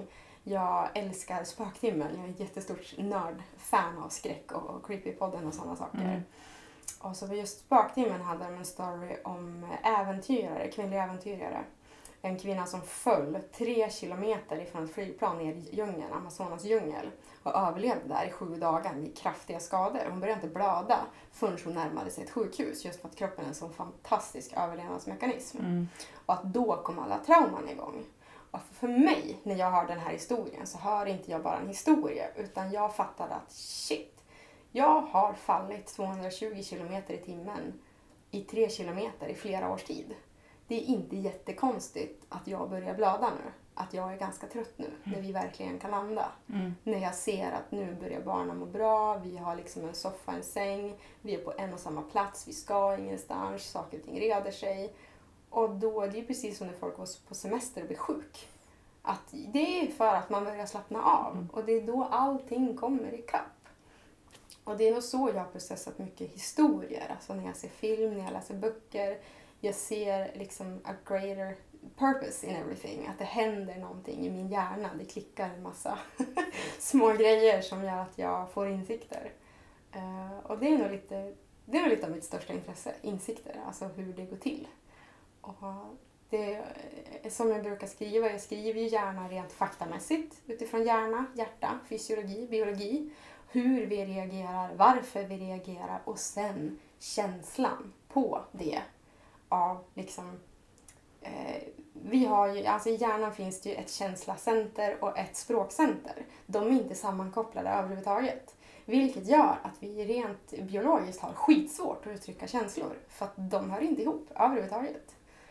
Jag älskar Spöktimmen. Jag är ett jättestort nörd-fan av skräck och, och Creepypodden och sådana saker. Mm. Och så just Spöktimmen hade de en story om äventyrare, kvinnliga äventyrare. En kvinna som föll tre kilometer ifrån ett flygplan ner i djungeln, Amazonas djungel. Och överlevde där i sju dagar med kraftiga skador. Hon började inte blöda förrän hon närmade sig ett sjukhus. Just för att kroppen är en sån fantastisk överlevnadsmekanism. Mm. Och att då kom alla trauman igång. Och för mig, när jag hör den här historien, så hör inte jag bara en historia. Utan jag fattade att shit, jag har fallit tvåhundratjugo kilometer i timmen i tre kilometer i flera års tid. Det är inte jättekonstigt att jag börjar blöda nu. Att jag är ganska trött nu, mm. när vi verkligen kan landa. Mm. När jag ser att nu börjar barnen må bra, vi har liksom en soffa, en säng, vi är på en och samma plats, vi ska ingenstans, saker och ting reder sig. Och då är det ju precis som när folk var på semester och blir sjuk. Att det är för att man börjar slappna av. Mm. Och det är då allting kommer i kapp. Och det är nog så jag har processat mycket historier. Alltså när jag ser film, när jag läser böcker. Jag ser liksom a greater purpose in everything. Att det händer någonting i min hjärna. Det klickar en massa små grejer som gör att jag får insikter. Uh, och det är nog lite, det är nog lite av mitt största intresse. Insikter, alltså hur det går till. Och det är som jag brukar skriva. Jag skriver ju gärna rent faktamässigt. Utifrån hjärna, hjärta, fysiologi, biologi. Hur vi reagerar, varför vi reagerar. Och sen känslan på det. Av liksom, eh, vi har ju, alltså i hjärnan finns det ju ett känslacenter och ett språkcenter. De är inte sammankopplade överhuvudtaget. Vilket gör att vi rent biologiskt har skitsvårt att uttrycka känslor. För att de hör inte ihop överhuvudtaget.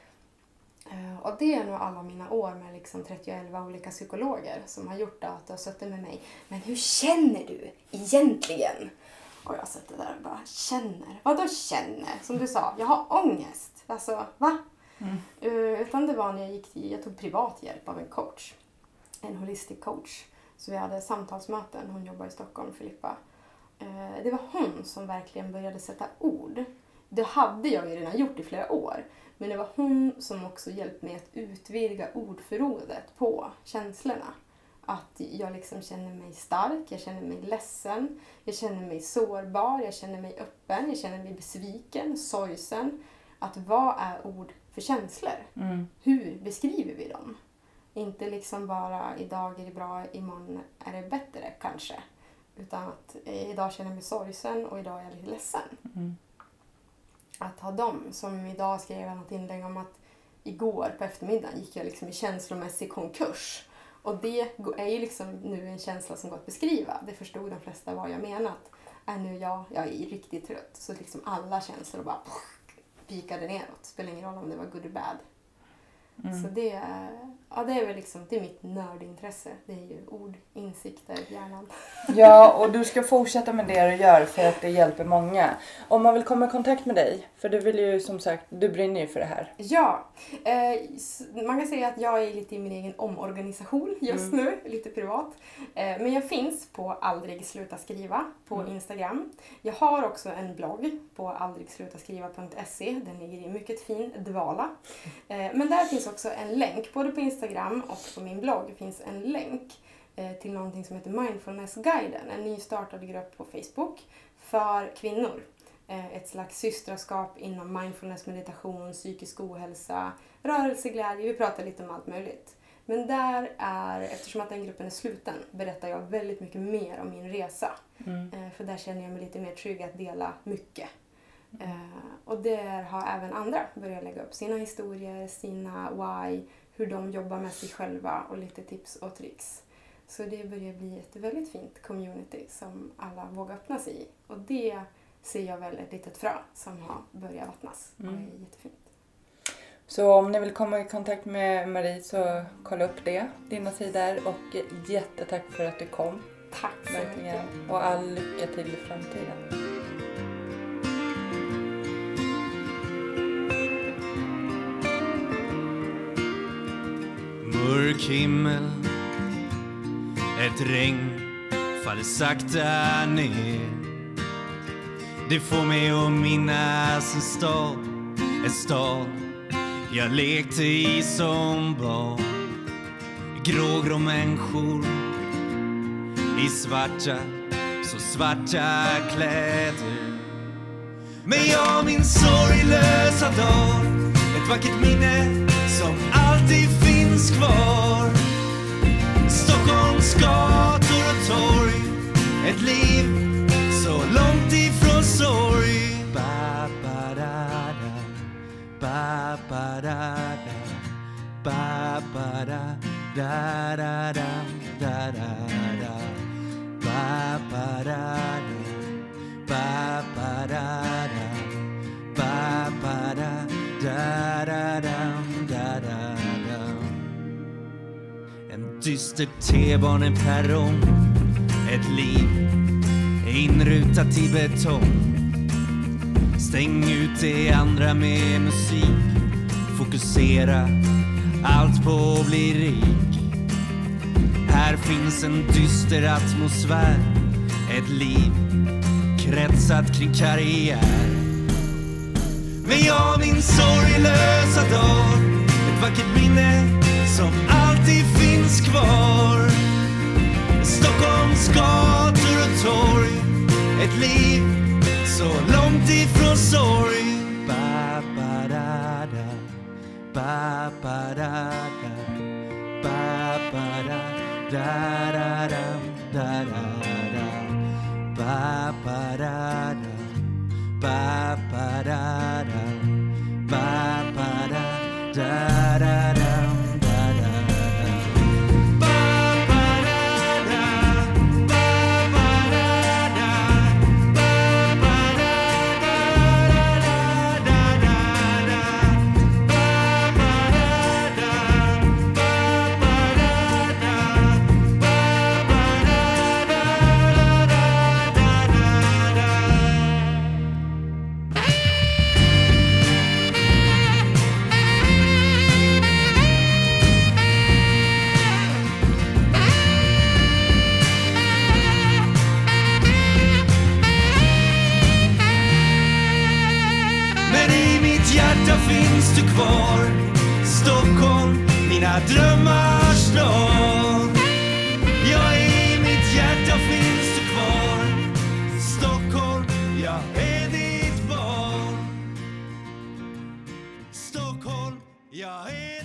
Eh, och det är nog alla mina år med liksom trettioelva olika psykologer som har gjort att du har suttit med mig. Men hur känner du egentligen? Och jag sitter där och bara känner. Vadå känner? Som du sa, jag har ångest. Alltså, va? Mm. Uh, utan det var när jag gick till, jag tog privat hjälp av en coach. En holistic coach. Så vi hade samtalsmöten. Hon jobbar i Stockholm, Filippa. Uh, det var hon som verkligen började sätta ord. Det hade jag ju redan gjort i flera år. Men det var hon som också hjälpte mig att utvidga ordförrådet på känslorna. Att jag liksom känner mig stark, jag känner mig ledsen, jag känner mig sårbar, jag känner mig öppen, jag känner mig besviken, sorgsen. Att vad är ord för känslor? Mm. Hur beskriver vi dem? Inte liksom bara idag är det bra, imorgon är det bättre kanske. Utan att eh, idag känner jag mig sorgsen och idag är jag lite ledsen. Mm. Att ha dem, som idag skrev jag något inlägg om att igår på eftermiddagen gick jag liksom i känslomässig konkurs. Och det är ju liksom nu en känsla som går att beskriva. Det förstod de flesta vad jag menat. Är nu jag, jag är riktigt trött. Så liksom alla känslor bara pikade neråt. Spelar ingen roll om det var good or bad. Mm. Så det, ja, det är väl liksom, det är mitt nördintresse. Det är ju ord, insikter, hjärnan. Ja, och du ska fortsätta med det du gör för att det hjälper många. Om man vill komma i kontakt med dig, för du vill ju som sagt, du brinner ju för det här. Ja, eh, man kan säga att jag är lite i min egen omorganisation just mm. nu, lite privat. Eh, men jag finns på Aldrig sluta skriva på mm. Instagram. Jag har också en blogg på aldrigslutaskriva punkt se. Den ligger i mycket fin dvala. Eh, men där finns också en länk, både på Instagram och på min blogg finns en länk eh, till någonting som heter Mindfulness-guiden. En nystartad grupp på Facebook för kvinnor. Eh, ett slags systraskap inom mindfulness, meditation, psykisk ohälsa, rörelseglädje. Vi pratar lite om allt möjligt. Men där är, eftersom att den gruppen är sluten, berättar jag väldigt mycket mer om min resa. Mm. Eh, för där känner jag mig lite mer trygg att dela mycket. Uh, och där har även andra börjat lägga upp sina historier, sina why, hur de jobbar med sig själva och lite tips och tricks. Så det börjar bli ett väldigt fint community som alla vågar öppna sig i. Och det ser jag väl ett litet frö som har börjat vattnas. Mm. Och det är jättefint. Så om ni vill komma i kontakt med Marie så kolla upp det, dina sidor. Och jättetack för att du kom. Tack så verkligen. mycket. Och all lycka till i framtiden. Mörk himmel, ett regn faller sakta ner. Det får mig att minnas en stad, en stad jag lekte i som barn. grågrå människor i svarta, så svarta kläder. Men jag min sorglösa dag, ett vackert minne som alltid finns kvar. Stockholms gator och torg, ett liv så långt ifrån sorg. Ba ba da da, ba ba da da, ba ba da da da da da da, ba ba da da, ba ba da da, ba ba da da da da da da. En dyster T-baneperrong, ett liv inrutat i betong. Stäng ut det andra med musik, fokusera allt på att bli rik. Här finns en dyster atmosfär, ett liv kretsat kring karriär. Men jag min sorglösa dag, ett vackert minne som alltid finns kvar. Stockholms gator och torg, ett liv så långt ifrån sorg. Ba ba da da, ba ba da da, ba ba da da da da da da, ba ba da da, ba ba da da, ba ba da da da da. Finns du kvar, Stockholm, mina drömmars stad. Ja, i mitt hjärta finns du kvar, Stockholm, jag är ditt barn. Stockholm, jag är